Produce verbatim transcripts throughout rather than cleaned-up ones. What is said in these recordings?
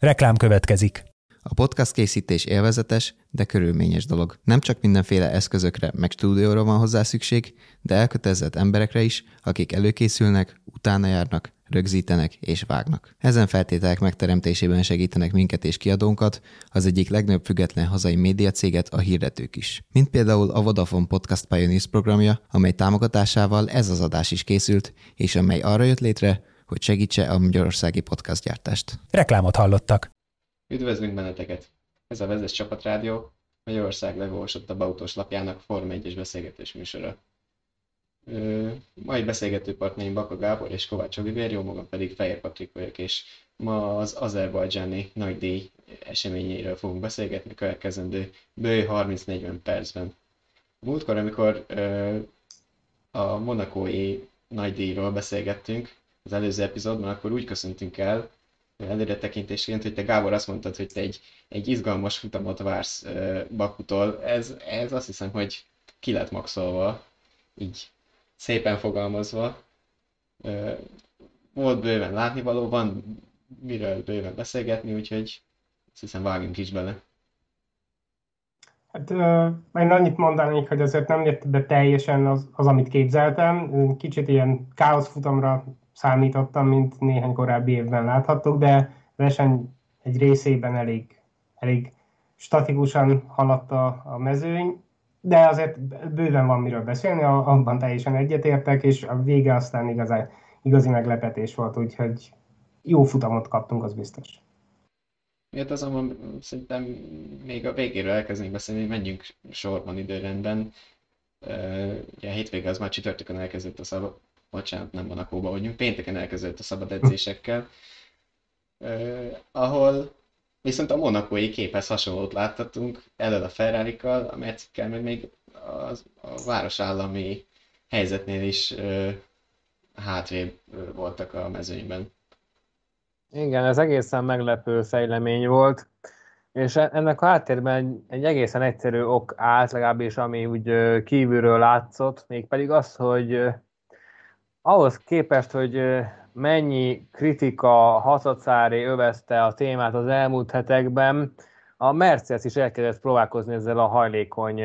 Reklám következik. A podcast készítés élvezetes, de körülményes dolog. Nem csak mindenféle eszközökre meg stúdióra van hozzá szükség, de elkötelezett emberekre is, akik előkészülnek, utána járnak, rögzítenek és vágnak. Ezen feltételek megteremtésében segítenek minket és kiadónkat, az egyik legnagyobb független hazai médiacéget, a hirdetők is. Mint például a Vodafone Podcast Pioneers programja, amely támogatásával ez az adás is készült, és amely arra jött létre, hogy segítse a magyarországi podcastgyártást. Reklámot hallottak. Üdvözlünk benneteket! Ez a Vezess Csapatrádió, Magyarország legolvasottabb autós lapjának Forma egyes beszélgetés műsora. Ö, mai beszélgető partnereim Baka Gábor és Kovács Olivér, jó magam pedig Fehér Patrik vagyok, és ma az azerbajdzsáni nagydíj eseményeiről fogunk beszélgetni a következendő bő harminc-negyven percben. Múltkor, amikor ö, a monakói nagydíjról beszélgettünk az előző epizódban, akkor úgy köszöntünk el, előretekintésként, hogy te, Gábor, azt mondtad, hogy te egy, egy izgalmas futamot vársz uh, Bakutól. Ez, ez azt hiszem, hogy ki lett maxolva, így szépen fogalmazva. Uh, volt bőven látnivaló, van miről bőven beszélgetni, úgyhogy azt hiszem vágjunk is bele. Hát uh, én annyit mondanék, hogy azért nem jött be teljesen az, az, amit képzeltem. Kicsit ilyen káoszfutamra számítottam, mint néhány korábbi évben láthattuk, de a verseny egy részében elég, elég statikusan haladt a, a mezőny, de azért bőven van miről beszélni, abban teljesen egyetértek, és a vége aztán igazán, igazi meglepetés volt, úgyhogy jó futamot kaptunk, az biztos. Miért azonban szerintem még a végéről elkezdnénk beszélni, menjünk sorban időrendben. Ugye a hétvége az már csütörtökön elkezdett a szabad, bocsánat, nem Monakóban vagyunk, pénteken elkezdett a szabad edzésekkel, uh, ahol viszont a monakói képhez hasonlót láthatunk, elől a Ferrarikkal, a Mercikkel, meg még az, a városállami helyzetnél is uh, hátrébb voltak a mezőnyben. Igen, ez egészen meglepő fejlemény volt, és ennek a háttérben egy egészen egyszerű ok állt, legalábbis ami úgy kívülről látszott, mégpedig az, hogy ahhoz képest, hogy mennyi kritika Hatacári övezte a témát az elmúlt hetekben, a Mercedes is elkezdett próbálkozni ezzel a hajlékony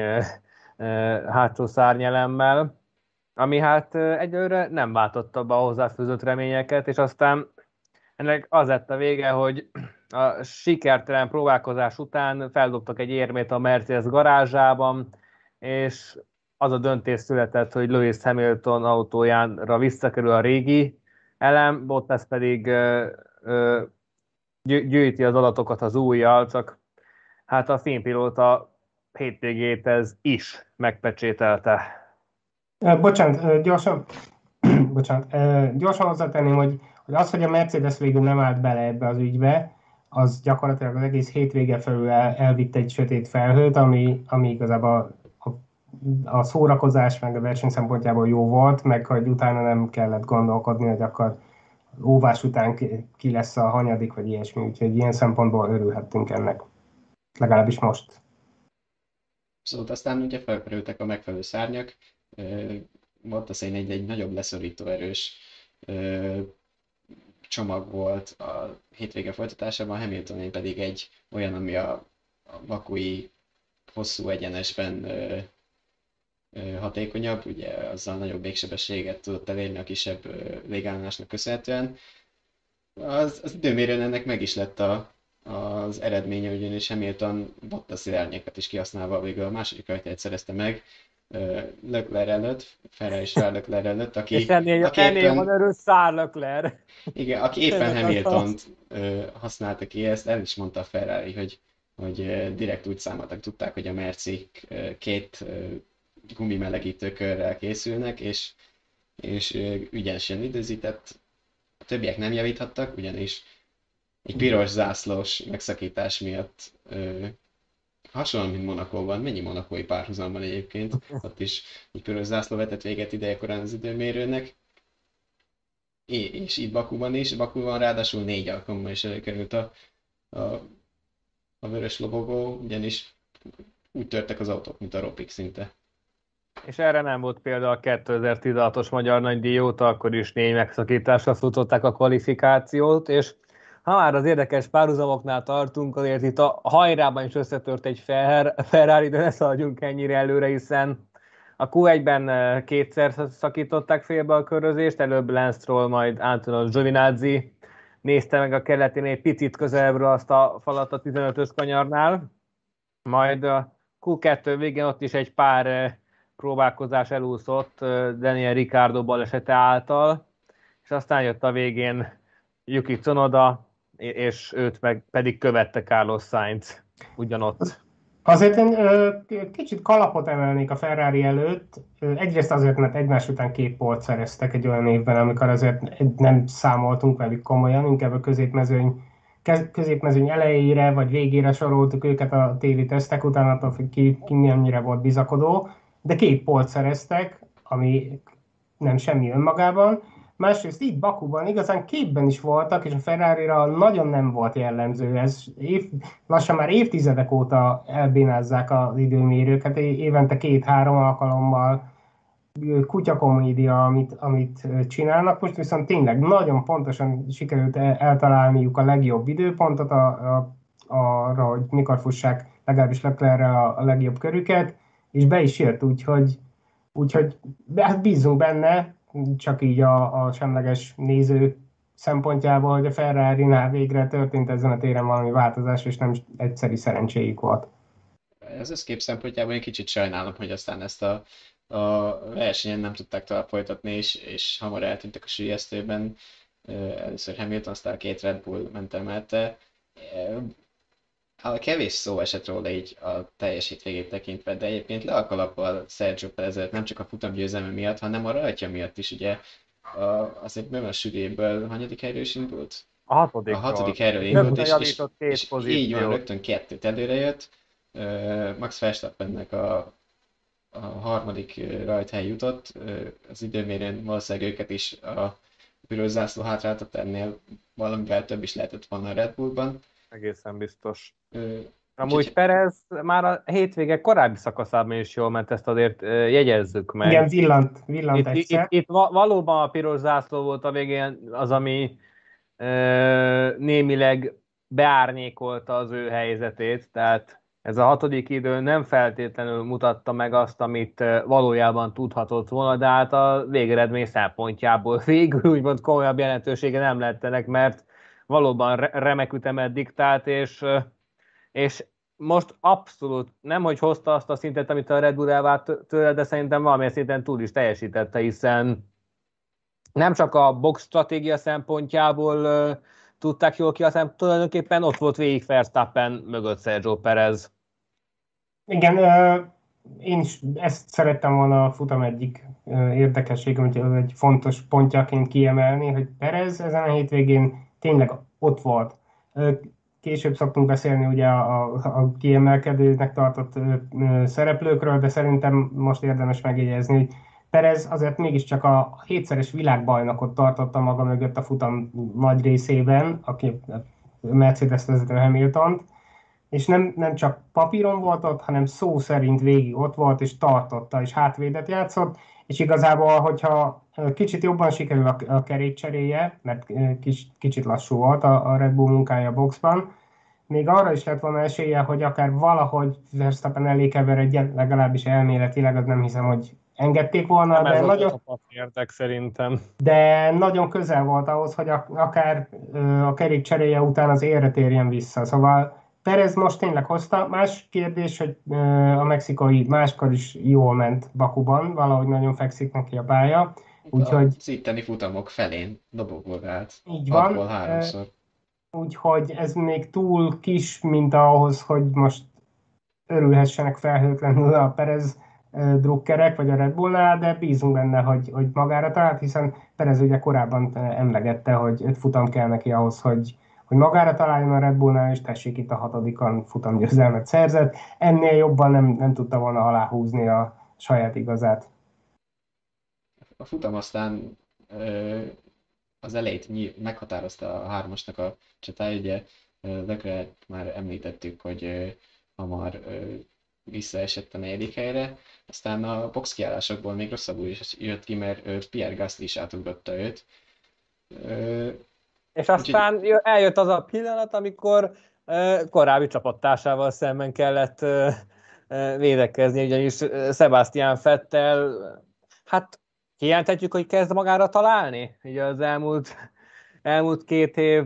hátsó szárnyelemmel, ami hát egyelőre nem váltotta be a hozzáfűzött reményeket, és aztán ennek az lett a vége, hogy a sikertelen próbálkozás után feldobtak egy érmét a Mercedes garázsában, és az a döntés született, hogy Lewis Hamilton autójára visszakerül a régi elem, Bottas pedig ö, ö, gyűjti az adatokat az újjal, csak hát a filmpilóta hétvégét ez is megpecsételte. Bocsánat, gyorsan, bocsánat, gyorsan hozzátenném, hogy, hogy az, hogy a Mercedes végül nem állt bele ebbe az ügybe, az gyakorlatilag az egész hétvége felül el, elvitt egy sötét felhőt, ami, ami igazából a szórakozás meg a verseny szempontjából jó volt, meg hogy utána nem kellett gondolkodni, hogy akkor óvás után ki lesz a hanyadik, vagy ilyesmi, úgyhogy ilyen szempontból örülhettünk ennek. Legalábbis most. Szóval aztán ugye felkerültek a megfelelő szárnyak, volt az egy, egy nagyobb leszorító erős csomag volt a hétvége folytatásában, Hamiltoné pedig egy olyan, ami a, a bakui hosszú egyenesben hatékonyabb, ugye azzal nagyobb végsebességet tudott elérni a kisebb légállásnak köszönhetően. Az, az időmérőn ennek meg is lett a, az eredménye, ugyanis Hamilton Bottas irányékat is kihasználva végül a második rajtját szerezte meg Leclerc előtt, Ferrari és Charles Leclerc előtt, aki, és ennél, aki ennél éppen, van erős Charles Leclerc. Igen, aki éppen Hamiltont használta ki, ezt el is mondta a Ferrari, hogy, hogy direkt úgy számoltak, tudták, hogy a Mercik két gumimelegítőkörrel készülnek, és, és ügyesen időzített. A többiek nem javíthattak, ugyanis egy piros zászlós megszakítás miatt ö, hasonlóan, mint Monakóban, mennyi monakói párhuzam van egyébként, ott is egy piros zászló vetett véget idejekorán az időmérőnek, é, és itt Bakuban is, Bakuban ráadásul négy alkalommal is előkerült a, a, a vörös lobogó, ugyanis úgy törtek az autók, mint a ropik szinte. És erre nem volt példa a kétezer-tizenhatos Magyar Nagydíj óta, akkor is négy megszakításra futották a kvalifikációt, és ha már az érdekes párhuzamoknál tartunk, azért itt a hajrában is összetört egy Ferrari, de ne szaladjunk ennyire előre, hiszen a kú egyben kétszer szakították félbe a körözést, előbb Lance Stroll, majd Antonio Giovinazzi nézte meg a keletén egy picit közelebbről azt a falat a tizenötös kanyarnál, majd a kú kettő végén ott is egy pár próbálkozás elúszott Daniel Ricciardo balesete által, és aztán jött a végén Yuki Tsunoda, és őt meg pedig követte Carlos Sainz ugyanott. Azért én ö, kicsit kalapot emelnék a Ferrari előtt. Egyrészt azért, mert egymás után két polt szereztek egy olyan évben, amikor azért nem számoltunk velük komolyan, inkább a középmezőny, középmezőny elejére vagy végére soroltuk őket a téli tesztek, utána ki, ki mennyire volt bizakodó, de két polt szereztek, ami nem semmi önmagában. Másrészt itt Bakuban igazán képben is voltak, és a Ferrarira nagyon nem volt jellemző. Ez év, lassan már évtizedek óta elbénázzák az időmérőket, évente két-három alkalommal kutyakomédia, amit, amit csinálnak. Most viszont tényleg nagyon pontosan sikerült eltalálniuk a legjobb időpontot a, a, arra, hogy mikor fussák legalábbis Leclercre a, a legjobb körüket, és be is jött, úgyhogy, úgyhogy hát bízunk benne, csak így a, a semleges néző szempontjából, hogy a Ferrari-nál végre történt ezen a téren valami változás, és nem egyszeri szerencséjük volt. Ez összkép szempontjából én kicsit sajnálom, hogy aztán ezt a, a versenyen nem tudták tovább folytatni, és, és hamar eltűntek a sülyeztőben. Először Hamilton, aztán a két Red Bull ment el mellette. A kevés szó esett róla így a teljes hétvégét tekintve, de egyébként le a kalappal Sergio Perez nem csak a futamgyőzelme miatt, hanem a rajtja miatt is, ugye a, azért bőven a sűrűből hanyadik helyről is indult? A hatodik. A hatodik helyről indult, és, és, és így van, rögtön kettőt előre jött. Max Verstappennek a, a harmadik rajthely jutott, az időmérőn valószínűleg őket is a piros zászló hátráltat, ennél valamivel több is lehetett volna a Red Bullban. Egészen biztos. Ö, Amúgy úgy, Perez már a hétvége korábbi szakaszában is jól ment, ezt azért jegyezzük meg. Igen, villant, villant itt, egyszer. Itt, itt valóban a piros zászló volt a végén az, ami ö, némileg beárnyékolta az ő helyzetét, tehát ez a hatodik idő nem feltétlenül mutatta meg azt, amit valójában tudhatott volna, de hát a végeredmény szempontjából végül úgymond komolyabb jelentősége nem lett ennek, mert valóban remek ütemet diktált, és, és most abszolút nem, hogy hozta azt a szintet, amit a Red Bull elvárt tőle, de szerintem valamilyen szinten túl is teljesítette, hiszen nem csak a box stratégia szempontjából uh, tudták jól kihasználni, tulajdonképpen ott volt végig Verstappen mögött Sergio Perez. Igen, uh, én is ezt szerettem volna a futam egyik uh, érdekességem, hogy egy fontos pontjaként kiemelni, hogy Perez ezen a hétvégén tényleg ott volt. Uh, később szoktunk beszélni ugye a, a, a kiemelkedőnek tartott uh, szereplőkről, de szerintem most érdemes megjegyezni, hogy Perez azért mégiscsak a hétszeres világbajnokot tartotta maga mögött a futam nagy részében, aki Mercedes vezető Hamiltont, és nem, nem csak papíron volt ott, hanem szó szerint végig ott volt, és tartotta, és hátvédet játszott, és igazából, hogyha kicsit jobban sikerül a, a kerékcseréje, mert kis, kicsit lassú volt a, a Red Bull munkája a boxban, még arra is lett volna esélye, hogy akár valahogy Verstappen elé keveredjen, legalábbis elméletileg, az nem hiszem, hogy engedték volna, de nagyon, értek, szerintem. de nagyon közel volt ahhoz, hogy akár a kerékcseréje után az élre térjen vissza. Szóval Perez most tényleg hozta. Más kérdés, hogy a mexikai máskor is jól ment Bakuban, valahogy nagyon fekszik neki a pálya. Úgyhogy... Az itteni futamok felén dobogva állt. Így van. Abból háromszor. Úgyhogy ez még túl kis, mint ahhoz, hogy most örülhessenek felhőtlenül a Perez drukkerek, vagy a Red Bullnál, de bízunk benne, hogy, hogy magára talált, hiszen Perez ugye korábban emlegette, hogy öt futam kell neki ahhoz, hogy, hogy magára találjon a Red Bullnál, és tessék itt a hatodikon futamgyőzelmet szerzett. Ennél jobban nem, nem tudta volna aláhúzni a saját igazát. A futam aztán ö, az elejét meghatározta a hármasnak a csatája, ugye Leclerc már említettük, hogy ö, hamar ö, visszaesett a negyedik helyre, aztán a box kiállásokból még rosszabbul is jött ki, mert Pierre Gasly is átugrotta őt. Ö, És aztán eljött az a pillanat, amikor korábbi csapattársával szemben kellett védekezni, ugyanis Sebastian Vettel, hát kijelenthetjük, hogy kezd magára találni, ugye az elmúlt, elmúlt két év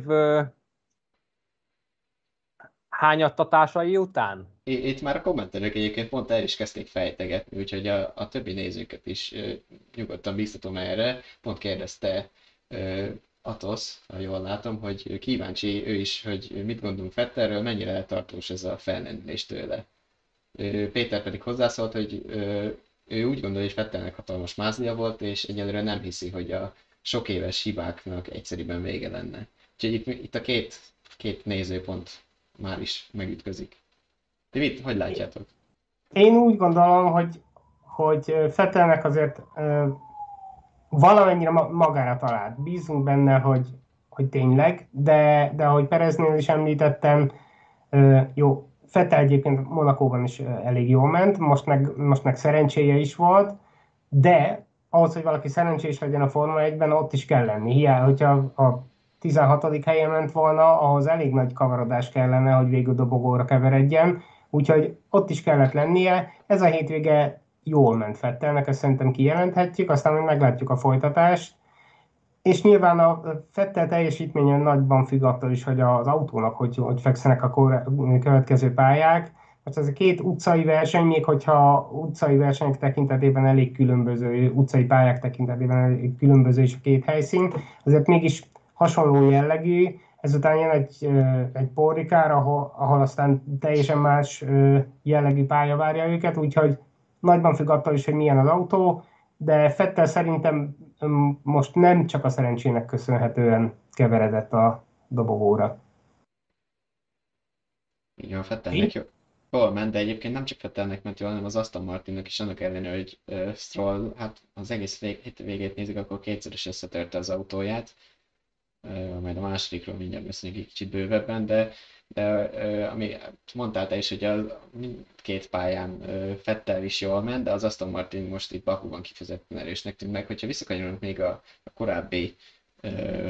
hányattatásai után. Itt már a kommentelők egyébként pont el is kezdték fejtegetni, úgyhogy a, a többi nézőket is ö, nyugodtan biztatom erre. Pont kérdezte ö, Atosz, ha jól látom, hogy kíváncsi ő is, hogy mit gondolunk Vettelről, mennyire eltartós ez a fellendülés tőle. Ö, Péter pedig hozzászólt, hogy ö, ő úgy gondolja, hogy Vettelnek hatalmas mázlia volt, és egyelőre nem hiszi, hogy a sok éves hibáknak egyszerűen vége lenne. Úgyhogy itt, itt a két, két nézőpont már is megütközik. Ti mit? Hogy látjátok? Én úgy gondolom, hogy, hogy Vettelnek azért uh, valamennyire magára talált. Bízunk benne, hogy, hogy tényleg, de, de ahogy Pereznél is említettem, uh, jó, Vettel egyébként Monakóban is elég jól ment, most meg, most meg szerencséje is volt, de ahhoz, hogy valaki szerencsés legyen a Forma egyben, ott is kell lenni. Hiába, hogyha a tizenhatodik helyen ment volna, ahhoz elég nagy kavarodás kellene, hogy végül dobogóra keveredjen, úgyhogy ott is kellett lennie. Ez a hétvége jól ment Vettelnek, ezt szerintem kijelenthetjük, aztán még meglátjuk a folytatást. És nyilván a Vettel teljesítményen nagyban függ attól is, hogy az autónak hogy, hogy fekszenek a következő pályák. Most ez a két utcai verseny, még hogyha utcai versenyek tekintetében elég különböző, utcai pályák tekintetében elég különböző is a két helyszín, azért mégis hasonló jellegű. Ezután jön egy, egy Paul Ricard, ahol, ahol aztán teljesen más jellegű pálya várja őket, úgyhogy nagyban függ attól is, hogy milyen az autó, de Vettel szerintem most nem csak a szerencsének köszönhetően keveredett a dobogóra. Igen, Vettelnek jó. Jól ment, de egyébként nem csak Vettelnek ment jól, hanem az Aston Martinnak is, annak ellenére, hogy uh, Stroll, hát az egész vég, végét nézzük, akkor kétszer is összetörte az autóját. Uh, majd a másodikról mindjárt beszélünk egy kicsit bővebben, de, de uh, ami mondtál te is, hogy a mindkét pályán uh, Vettel is jól ment, de az Aston Martin most itt Bakuban kifejezetten erősnek tűnt meg. Hogyha visszakanyarulunk még a, a korábbi uh,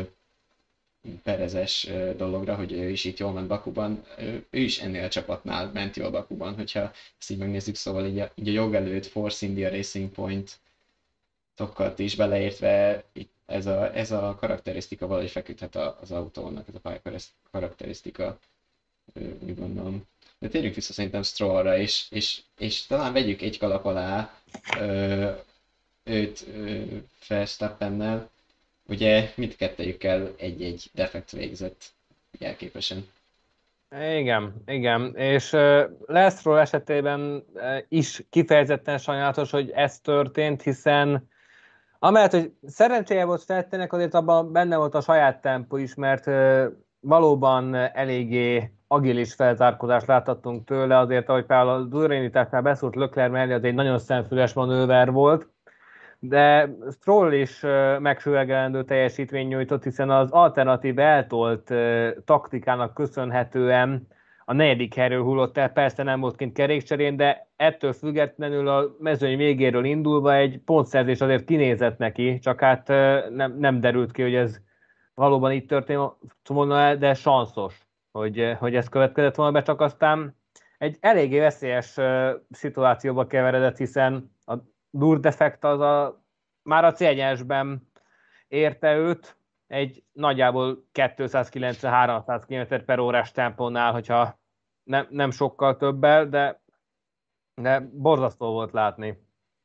Perezes dologra, hogy ő is itt jól ment Bakuban, ő is ennél a csapatnál ment jól Bakuban, hogyha ezt így megnézzük, szóval így a, így a jog előtt Force India Racing Point tokat is beleértve, itt ez a, ez a karakterisztika valahogy feküdhet az autónak, ez a pálya karakterisztika, úgy gondolom. De térjünk vissza szerintem Strollra, és, és, és talán vegyük egy kalap alá ö, őt Verstappennel. Ugye mindkettejükkel egy-egy defekt végzett jelképesen. Igen, igen, és uh, Leszról esetében uh, is kifejezetten sajnálatos, hogy ez történt, hiszen amellett, hogy szerencséje volt Vettelnek, azért abban benne volt a saját tempó is, mert uh, valóban eléggé agilis felzárkózást láthattunk tőle, azért, ahogy például a durványításnál beszúrt Leclerc mellé, az egy nagyon szemfüles manőver volt, de Stroll is megsüvegelendő teljesítmény nyújtott, hiszen az alternatív eltolt taktikának köszönhetően a negyedik helyről hullott el, persze nem volt kint kerékcserén, de ettől függetlenül a mezőny végéről indulva egy pontszerzés azért kinézett neki, csak hát nem, nem derült ki, hogy ez valóban így történt volna, de sanszos, hogy, hogy ez következett volna be, csak aztán egy eléggé veszélyes szituációba keveredett, hiszen a durdefekt az a, már a célnyesben érte őt, egy nagyjából kétszázkilencven-háromszáz kilométer per órás tempónál, hogyha nem, nem sokkal többel, de, de borzasztó volt látni.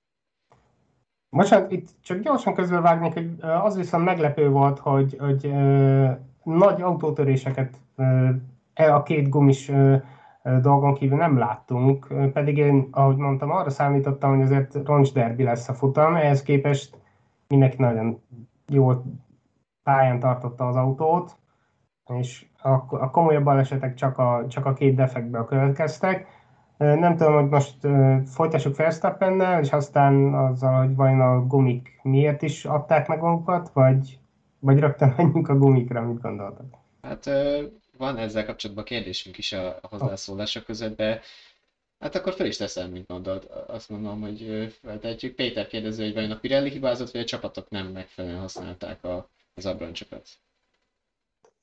Most itt csak gyorsan közbevágnék, hogy az viszont meglepő volt, hogy, hogy ö, nagy autótöréseket ö, a két gumis ö, dolgon kívül nem láttunk, pedig én, ahogy mondtam, arra számítottam, hogy azért roncsderbi lesz a futam, ehhez képest mindenki nagyon jól pályán tartotta az autót, és a, a komolyabb balesetek csak a, csak a két defektből következtek. Nem tudom, hogy most folytassuk Verstappennel, és aztán azzal, hogy vajon a gumik miért is adták meg magukat, vagy, vagy rögtön menjünk a gumikra, mit gondoltak? Hát van ezzel kapcsolatban kérdésünk is a hozzászólások között, de hát akkor fel is teszem, mint mondod. Azt mondom, hogy feltehetjük. Péter kérdező, hogy vajon a Pirelli hibázott, vagy a csapatok nem megfelelően használták a, az abroncsokat?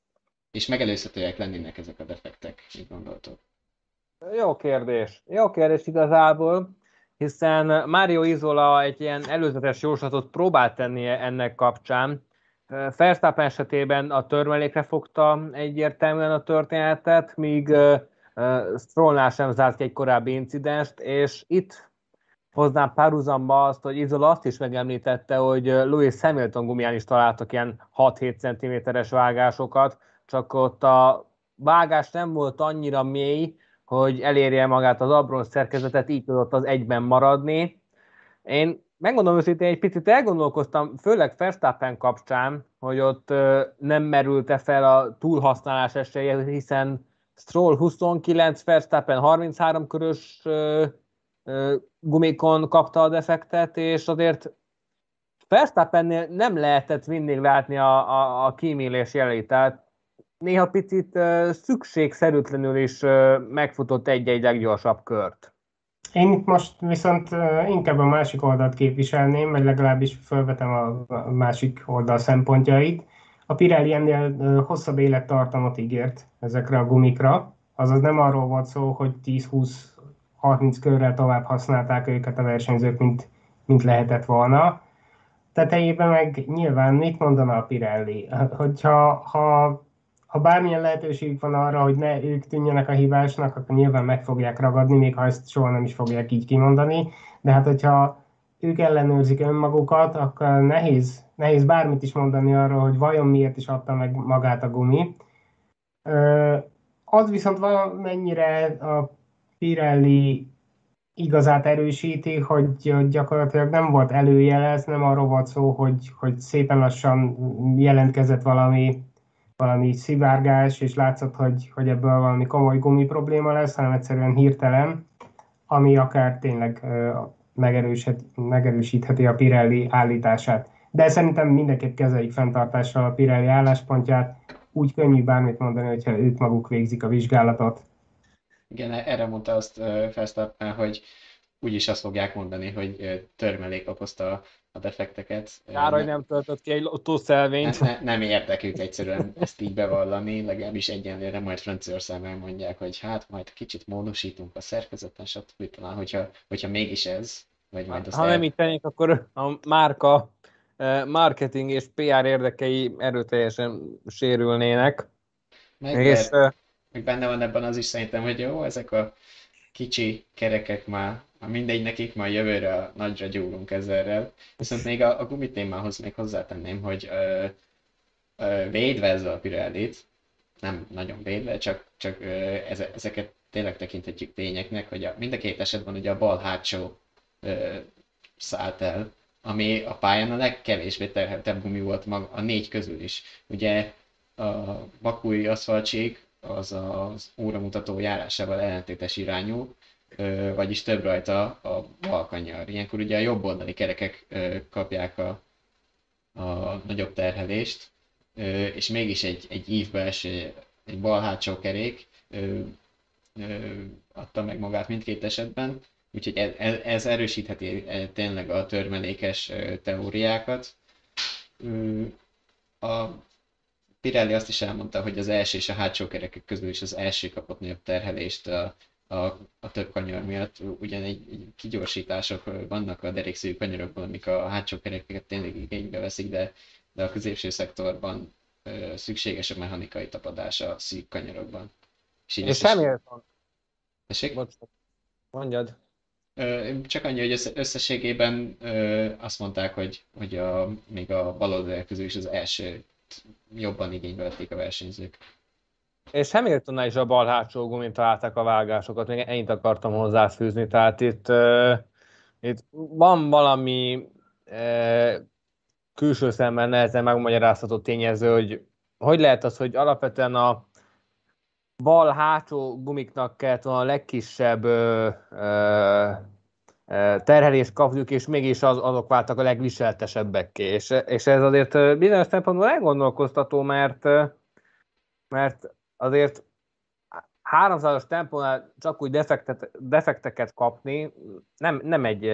és megelőzhetőek lennének ezek a defektek, mit gondoltok? Jó kérdés. Jó kérdés igazából, hiszen Mario Isola egy ilyen előzetes jóslatot próbált tenni ennek kapcsán. Verstappen esetében a törmelékre fogta egyértelműen a történetet, míg Strollnál sem zárt ki egy korábbi incidenst, és itt hoznám párhuzamba azt, hogy Isola azt is megemlítette, hogy Lewis Hamilton gumiján is találtak ilyen hat-hét centiméteres vágásokat, csak ott a vágás nem volt annyira mély, hogy elérje magát az abroncs szerkezetet, így tudott az egyben maradni. Én megmondom őszintén, egy picit elgondolkoztam, főleg Verstappen kapcsán, hogy ott nem merült-e fel a túlhasználás esélye, hiszen Stroll huszonkilenc, Verstappen harminchárom körös gumikon kapta a defektet, és azért Verstappennél nem lehetett mindig látni a, a, a kímélés jelét, tehát néha picit uh, szükségszerűtlenül is uh, megfutott egy-egy leggyorsabb kört. Én itt most viszont uh, inkább a másik oldalt képviselném, vagy legalábbis felvetem a, a másik oldal szempontjait. A Pirelli ennél uh, hosszabb élettartamot ígért ezekre a gumikra, azaz nem arról volt szó, hogy tíz-húsz-harminc körrel tovább használták őket a versenyzők, mint, mint lehetett volna. Tetejében meg nyilván mit mondana a Pirelli? Hogyha ha Ha bármilyen lehetőségük van arra, hogy ne ők tűnjenek a hibásnak, akkor nyilván meg fogják ragadni, még ha ezt soha nem is fogják így kimondani. De hát, hogyha ők ellenőrzik önmagukat, akkor nehéz, nehéz bármit is mondani arról, hogy vajon miért is adta meg magát a gumi. Az viszont valamennyire a Pirelli igazát erősíti, hogy gyakorlatilag nem volt előjelez, nem arról volt szó, hogy, hogy szépen lassan jelentkezett valami valami szivárgás, és látszott, hogy, hogy ebből valami komoly gumi probléma lesz, hanem egyszerűen hirtelen, ami akár tényleg megerősítheti a Pirelli állítását. De szerintem mindenképp kezeljük fenntartással a Pirelli álláspontját. Úgy könnyű bármit mondani, hogyha ők maguk végzik a vizsgálatot. Igen, erre mondta azt Verstappen, hogy úgyis azt fogják mondani, hogy törmelék okozta a defekteket. Kár, hogy nem töltött ki egy túlszelvényt. Ne, ne, nem érdekük egyszerűen ezt így bevallani, legalábbis egyenlőre majd Franciaországban mondják, hogy hát majd kicsit módosítunk a szerkezeten, stb. Talán, hogyha, hogyha mégis ez, vagy majd azt Ha el... nem így tennék, akkor a márka marketing és pé er érdekei erőteljesen sérülnének. Meg, És, mert, meg benne van ebben az is szerintem, hogy jó, ezek a kicsi kerekek már, már mindegy nekik, már jövőre nagyra gyúrunk ezerrel. Viszont még a, a gumitémához még hozzátenném, hogy ö, ö, védve ezzel a Pirellit, nem nagyon védve, csak, csak ö, eze, ezeket tényleg tekinthetjük tényeknek, hogy a, mind a két esetben ugye a bal hátsó ö, szállt el, ami a pályán a legkevésbé terheltebb gumi volt maga, a négy közül is. Ugye a bakúi aszfaltség az az óramutató járásával ellentétes irányú, vagyis több rajta a bal kanyar. Ilyenkor ugye a jobb oldali kerekek kapják a, a nagyobb terhelést, és mégis egy, egy ívbe eső, egy bal hátsó kerék adta meg magát mindkét esetben, úgyhogy ez, ez erősítheti tényleg a törmelékes teóriákat. A Pirelli azt is elmondta, hogy az első és a hátsó kerekek közül is az első kapott nagyobb terhelést a, a, a több kanyar miatt. Ugyan egy, egy kigyorsítások vannak a derékszögű kanyarokban, amik a hátsó kerekeket tényleg igénybe veszik, de, de a középső szektorban ö, szükséges a mechanikai tapadás a szűk kanyarokban. És, és Hamilton. Tessék? Mondjad. Ö, csak annyi, hogy össze, összességében ö, azt mondták, hogy, hogy a, még a baloldal közül is az első jobban igénybe vették a versenyzők. És Hamiltonnál is a bal hátsó gumin találták a vágásokat, még ennyit akartam hozzáfűzni, tehát itt, uh, itt van valami uh, külső szemmel nehezen megmagyarázható tényező, hogy hogy lehet az, hogy alapvetően a bal hátsó gumiknak kellett volna a legkisebb uh, uh, terhelést kapjuk, és mégis az, azok váltak a legviseltesebbekké. És, és ez azért bizonyos szempontból elgondolkoztató, mert, mert azért háromszázas tempónál csak úgy defektet, defekteket kapni nem, nem egy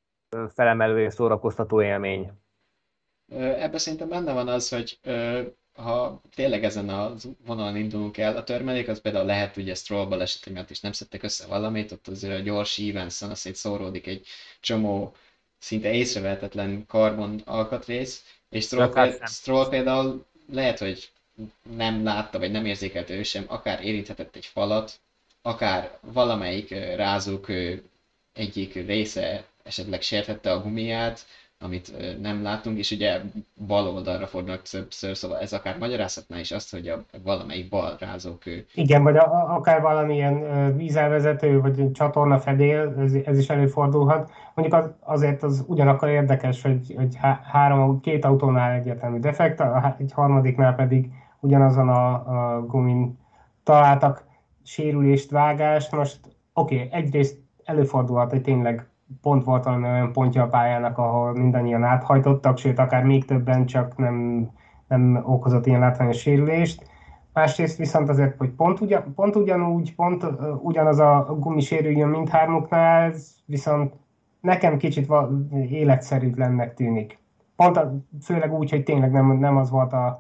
felemelő és szórakoztató élmény. Ebben szerintem benne van az, hogy ha tényleg ezen a vonalon indulunk el, a törmelék az például lehet ugye Stroll balesete miatt is nem szedtek össze valamit, ott azért a gyors Evenson az szétszóródik egy csomó szinte észrevehetetlen karbon alkatrész, és Stroll, péld- Stroll például lehet, hogy nem látta, vagy nem érzékelte ő sem, akár érinthetett egy falat, akár valamelyik ö, rázók ö, egyik része esetleg sérthette a gumiját, amit ö, nem látunk, és ugye bal oldalra fordulnak többször, szóval ez akár magyarázhatná is azt, hogy a valamelyik bal rázók ő. Igen, vagy a, a- akár valamilyen ö, vízelvezető, vagy csatornafedél, ez, ez is előfordulhat. Mondjuk az, azért az ugyanakkor érdekes, hogy, hogy há, három, két autónál egyértelmű defekt, a, há- egy harmadiknál pedig ugyanazon a, a gumin találtak sérülést, vágást. Most oké, okay, egyrészt előfordulhat, hogy tényleg pont volt valami olyan pontja a pályának, ahol mindannyian áthajtottak, sőt, akár még többen, csak nem, nem okozott ilyen látványos sérülést. Másrészt viszont azért, hogy pont, ugyan, pont ugyanúgy, pont uh, ugyanaz a gumi sérüljön mindhármuknál, ez viszont nekem kicsit va- életszerűtlennek tűnik. Pont a, főleg úgy, hogy tényleg nem, nem az volt a,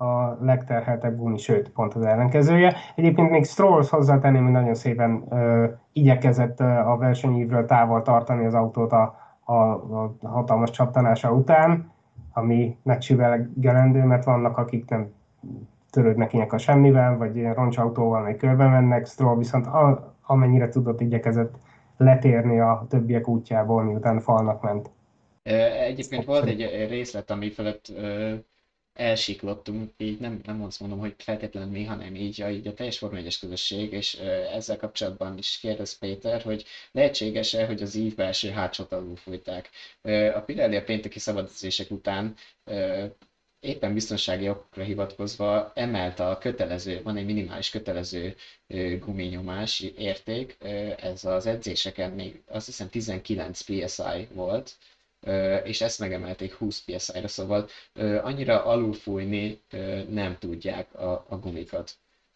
a legterheltebb gumi, sőt, pont az ellenkezője. Egyébként még Strolls hozzátenném, hogy nagyon szépen uh, igyekezett uh, a versenyívről távol tartani az autót a, a, a hatalmas csattanása után, ami megcsüvelgelendő, mert vannak, akik nem törődnek ilyenek a semmivel, vagy ilyen roncsautóval, meg körbe mennek, Stroll viszont a, amennyire tudott, igyekezett letérni a többiek útjából, miután falnak ment. Ö, Egyébként volt egy részlet, ami felett ö, elsiklottunk, így nem, nem azt mondom, hogy feltétlenül mi, hanem így a, így a teljes Forma egyes közösség, és ö, ezzel kapcsolatban is kérdez Péter, hogy lehetséges-e, hogy az ív belső hátsót alulfújták. Ö, A Pirelli a pénteki szabadedzések után ö, éppen biztonsági okokra hivatkozva emelte a kötelező, van egy minimális kötelező ö, guminyomás érték, ö, ez az edzéseken még azt hiszem tizenkilenc pé es i volt, ö, és ezt megemelték húsz pé es i-ra, szóval ö, annyira alulfújni ö, nem tudják a, a gumikat.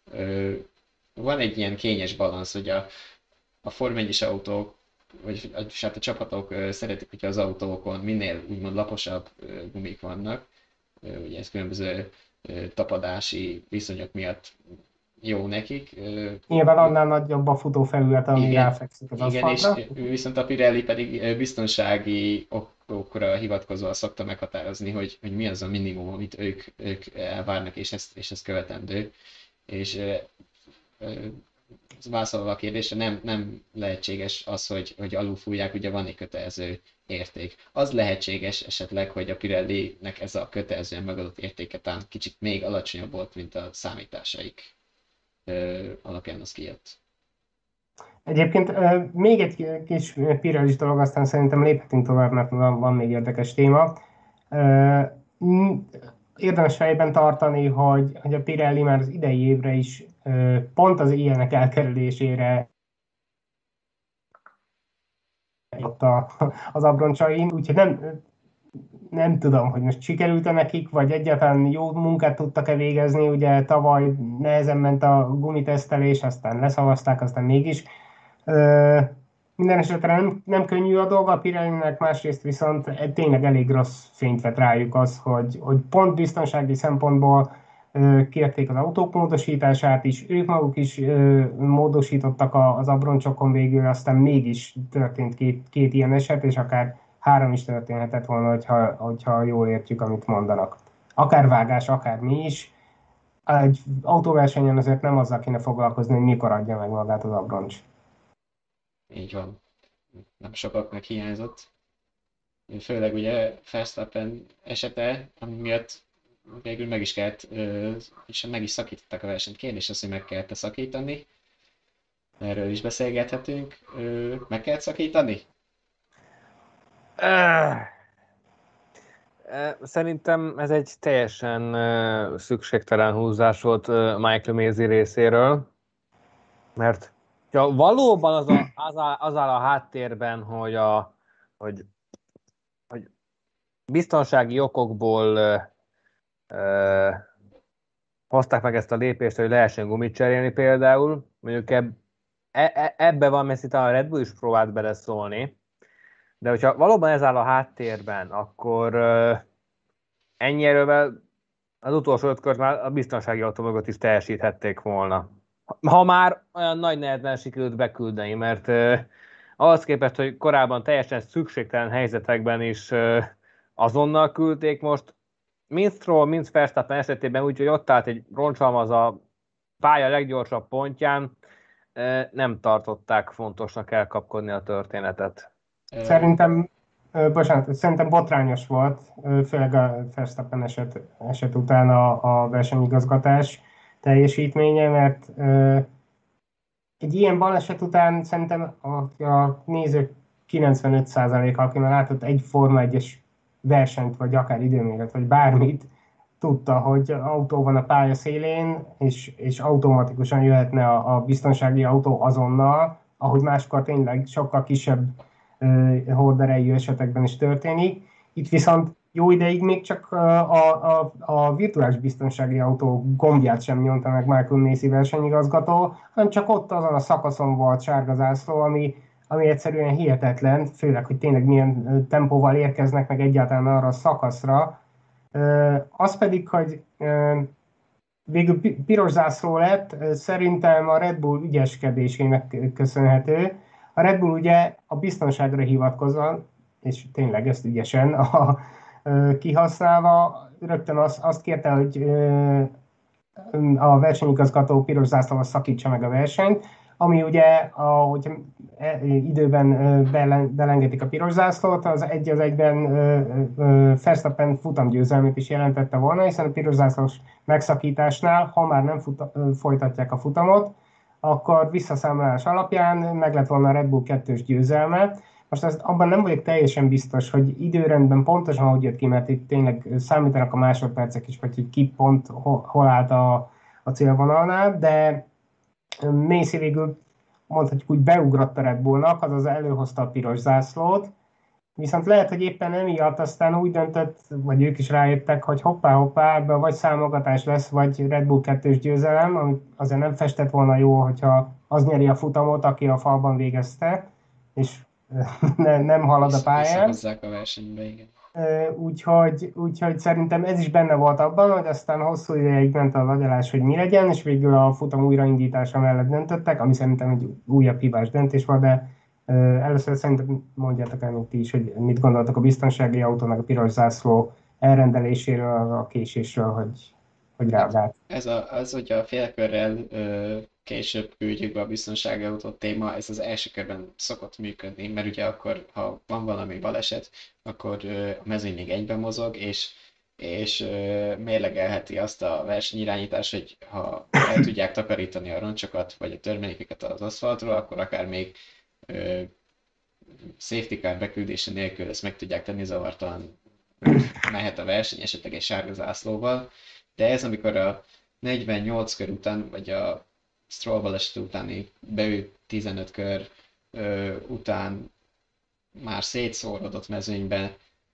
Ö, Van egy ilyen kényes balansz, hogy a, a Form egyes autók, vagy hát a csapatok ö, szeretik, hogyha az autókon minél úgymond laposabb ö, gumik vannak, ö, ugye ez különböző ö, tapadási viszonyok miatt jó nekik. Ö, Nyilván annál nagyobb a futófelület, ami igen, ráfekszik az igen, és aszfaltra. viszont a Pirelli pedig ö, biztonsági okokra hivatkozva szokta meghatározni, hogy, hogy mi az a minimum, amit ők, ők elvárnak, és ezt, és ezt követendő. És ö, ö, válaszolva a kérdésre, nem, nem lehetséges az, hogy, hogy alulfújják, ugye van egy kötelező érték. Az lehetséges esetleg, hogy a Pirelli-nek ez a kötelezően megadott értéke talán kicsit még alacsonyabb volt, mint a számításaik ö, alapján az kijött. Egyébként ö, még egy kis Pirelli dolog, aztán szerintem léphetünk tovább, mert van, van még érdekes téma. Ö, m- Érdemes fejben tartani, hogy, hogy a Pirelli már az idei évre is ö, pont az ilyenek elkerülésére ott a, az abroncsain, úgyhogy nem, nem tudom, hogy most sikerült-e nekik, vagy egyáltalán jó munkát tudtak-e végezni, ugye tavaly nehezen ment a gumitesztelés, aztán leszavazták, aztán mégis. Ö, Minden esetre nem, nem könnyű a dolga a Pirellinek, másrészt viszont tényleg elég rossz fényt vett rájuk az, hogy, hogy pont biztonsági szempontból ö, kérték az autók módosítását is, ők maguk is ö, módosítottak a, az abroncsokon végül, aztán mégis történt két, két ilyen eset, és akár három is történhetett volna, hogyha, hogyha jól értjük, amit mondanak. Akár vágás, akár mi is. Egy autóversenyen azért nem azzal kéne foglalkozni, hogy mikor adja meg magát az abroncs. Így van. Nem sokaknak hiányzott. Főleg ugye Verstappen esete, ami miatt végül meg is kellett, ö, és meg is szakították a versenyt. Kérdés az, hogy meg kellett szakítani. Erről is beszélgethetünk. Ö, Meg kellett szakítani? Szerintem ez egy teljesen uh, szükségtelen húzás volt uh, Michael Masi részéről, mert ja, valóban az, a, az, áll, az áll a háttérben, hogy, a, hogy, hogy biztonsági okokból uh, uh, hozták meg ezt a lépést, hogy lehessen gumit cserélni például. Mondjuk eb, e, e, ebbe van, mert itt a Red Bull is próbált beleszólni, de hogyha valóban ez áll a háttérben, akkor uh, ennyi erővel az utolsó öt kört már a biztonsági autó mögött is teljesíthették volna. Ha már olyan nagy nehezen sikerült beküldeni, mert uh, ahhoz képest, hogy korábban teljesen szükségtelen helyzetekben is uh, azonnal küldték, most mind Stroll, mind Verstappen esetében, úgyhogy ott állt egy roncsalmaz a pálya leggyorsabb pontján, uh, nem tartották fontosnak elkapkodni a történetet. Szerintem, bocsánat, szerintem botrányos volt, főleg a Verstappen eset, eset után a, a versenyigazgatás teljesítménye, mert egy ilyen baleset után szerintem a, a nézők kilencvenöt százaléka, aki már látott egy Forma egyes versenyt, vagy akár időmérőt, vagy bármit, tudta, hogy autó van a pálya szélén, és, és automatikusan jöhetne a, a biztonsági autó azonnal, ahogy máskor tényleg sokkal kisebb uh, horderejű esetekben is történik. Itt viszont jó ideig még csak a, a, a virtuális biztonsági autó gombját sem nyomta meg Michael Masi versenyigazgató, hanem csak ott azon a szakaszon volt sárga zászló, ami, ami egyszerűen hihetetlen, főleg, hogy tényleg milyen tempóval érkeznek meg egyáltalán arra a szakaszra. Az pedig, hogy végül piros zászló lett, szerintem a Red Bull ügyeskedésének köszönhető. A Red Bull ugye a biztonságra hivatkozva, és tényleg ezt ügyesen a, kihasználva, rögtön azt, azt kérte, hogy a versenyigazgató piros zászlóval szakítsa meg a versenyt, ami ugye, ahogy időben belengedik a piros zászlót, az egy az egyben Verstappen futamgyőzelmét is jelentette volna, hiszen a piros zászlós megszakításnál, ha már nem futa, folytatják a futamot, akkor visszaszámolás alapján meg lett volna a Red Bull kettős győzelme. Most azt, abban nem vagyok teljesen biztos, hogy időrendben pontosan hogy jött ki, mert itt tényleg számítanak a másodpercek is, vagy hogy ki pont hol állt a, a célvonalnál, de Masi végül mondhatjuk úgy beugrott a Red Bullnak, azaz előhozta a piros zászlót, viszont lehet, hogy éppen emiatt aztán úgy döntött, vagy ők is rájöttek, hogy hoppá-hoppá, ebben vagy számogatás lesz, vagy Red Bull kettős győzelem, ami azért nem festett volna jó, hogyha az nyeri a futamot, aki a falban végezte, és ne, nem halad a pályán. Visszahozzák a versenybe, igen. Úgyhogy, úgyhogy szerintem ez is benne volt abban, hogy aztán hosszú ideig ment a lagyalás, hogy mi legyen, és végül a futam újraindítása mellett döntöttek, ami szerintem egy újabb hibás döntés volt, de először szerintem mondjátok el még ti is, hogy mit gondoltak a biztonsági autó, meg a piros zászló elrendeléséről, a késésről, hogy, hogy reagált. Ez a, az, hogy a félkörrel ö, később küldjük be a biztonsági autót téma, ez az első körben szokott működni, mert ugye akkor, ha van valami baleset, akkor ö, a mezőny még egyben mozog, és, és ö, mérlegelheti azt a versenyirányítás, hogy ha el tudják takarítani a roncsokat, vagy a törmelékeket az aszfaltról, akkor akár még ö, safety car beküldése nélkül ezt meg tudják tenni, zavartalan mehet a verseny, esetleg egy sárga zászlóval, de ez amikor a negyvennyolc kör után, vagy a Stroll baleset utáni beült tizenöt kör ö, után már szétszórodott mezőnyben,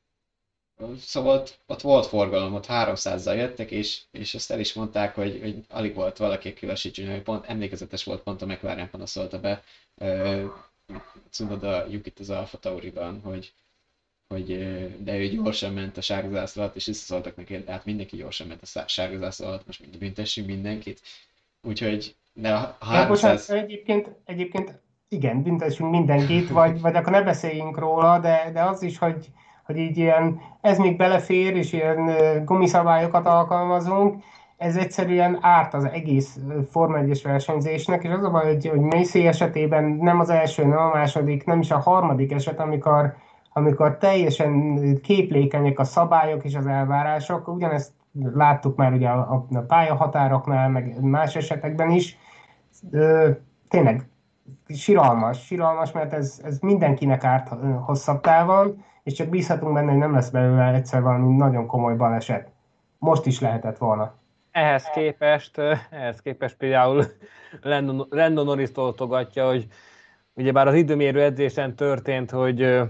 szóval ott, ott volt forgalom, ott háromszázzal jöttek, és, és azt el is mondták, hogy, hogy alig volt valaki, aki lassítson, hogy pont emlékezetes volt, pont a McLaren panaszolta be ö, Tsunoda Yukit az Alfa Tauriban, hogy, hogy de ő gyorsan ment a sárga zászló alatt, és visszaszóltak neki, de hát mindenki gyorsan ment a sárga zászló alatt, most mind büntessünk mindenkit. Úgyhogy de a háromszáz... Ja, egyébként, egyébként igen, büntessünk mindenkit, vagy, vagy akkor ne beszéljünk róla, de, de az is, hogy, hogy így ilyen, ez még belefér, és ilyen gumiszabályokat alkalmazunk, ez egyszerűen árt az egész Forma egyes versenyzésnek, és az a baj, hogy, hogy Masi esetében nem az első, nem a második, nem is a harmadik eset, amikor, amikor teljesen képlékenyek a szabályok és az elvárások, ugyanezt láttuk már ugye a, a pályahatároknál, meg más esetekben is. Ö, tényleg siralmas, siralmas, mert ez, ez mindenkinek árt hosszabb távon, és csak bízhatunk benne, hogy nem lesz belőle egyszer valami nagyon komoly baleset. Most is lehetett volna. Ehhez képest, ehhez képest például Lando Norris toltogatja, hogy ugyebár az időmérő edzésen történt, hogy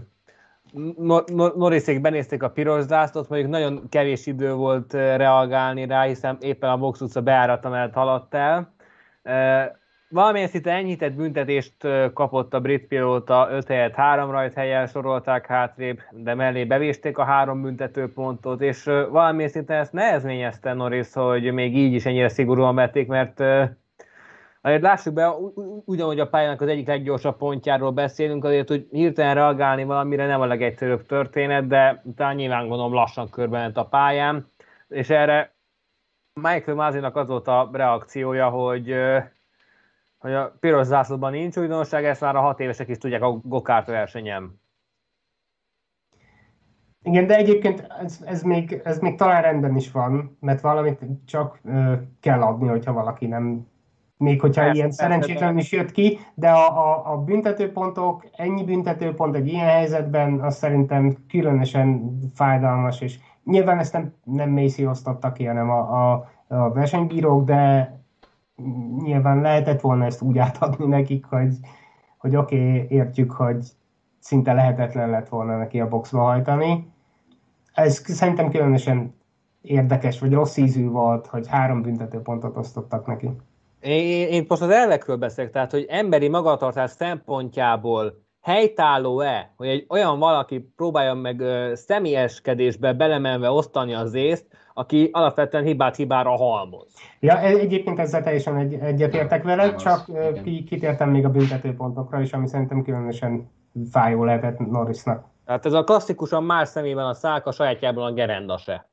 Norrisék benézték a piros zászlót, mondjuk nagyon kevés idő volt reagálni rá, hiszen éppen a box utca beárata mellett haladt el. valamilyen szinte enyhített büntetést kapott a brit pilóta, öt helyett három rajthelyen sorolták hátrébb, de mellé bevésték a három büntetőpontot, és valamilyen szinten ezt nehezményezte Norris, hogy még így is ennyire szigorúan vették, mert azért lássuk be, ugyanúgy a pályának az egyik leggyorsabb pontjáról beszélünk, azért, hogy hirtelen reagálni valamire nem a legegyszerűbb történet, de talán nyilván gondolom lassan körbe a pályán, és erre Michael Masinak az volt a reakciója, hogy hogy a piros zászlóban nincs újdonság, ezt már a hat évesek is tudják a go-kart versenyem. Igen, de egyébként ez, ez, még, ez még talán rendben is van, mert valamit csak ö, kell adni, hogyha valaki nem, még hogyha persze, ilyen szerencsétlen is jött ki, de a, a, a büntetőpontok, ennyi büntetőpont egy ilyen helyzetben, az szerintem különösen fájdalmas, és nyilván ezt nem, nem Macy osztotta ki, hanem a, a, a versenybírók, de nyilván lehetett volna ezt úgy átadni nekik, hogy, hogy oké, okay, értjük, hogy szinte lehetetlen lett volna neki a boxba hajtani. Ez szerintem különösen érdekes, vagy rossz ízű volt, hogy három büntetőpontot osztottak neki. Én, én most az elvekről beszélek, tehát, hogy emberi magatartás szempontjából helytálló-e, hogy egy olyan valaki próbálja meg ö, személyeskedésbe belemenve osztani az észt, aki alapvetően hibát hibára halmoz. Ja, egyébként ezzel teljesen egy, egyetértek veled, csak az, kitértem még a büntetőpontokra is, ami szerintem különösen fájó lehetett Norrisnak. Tehát ez a klasszikusan más szemében a szálka, a sajátjából a gerenda se.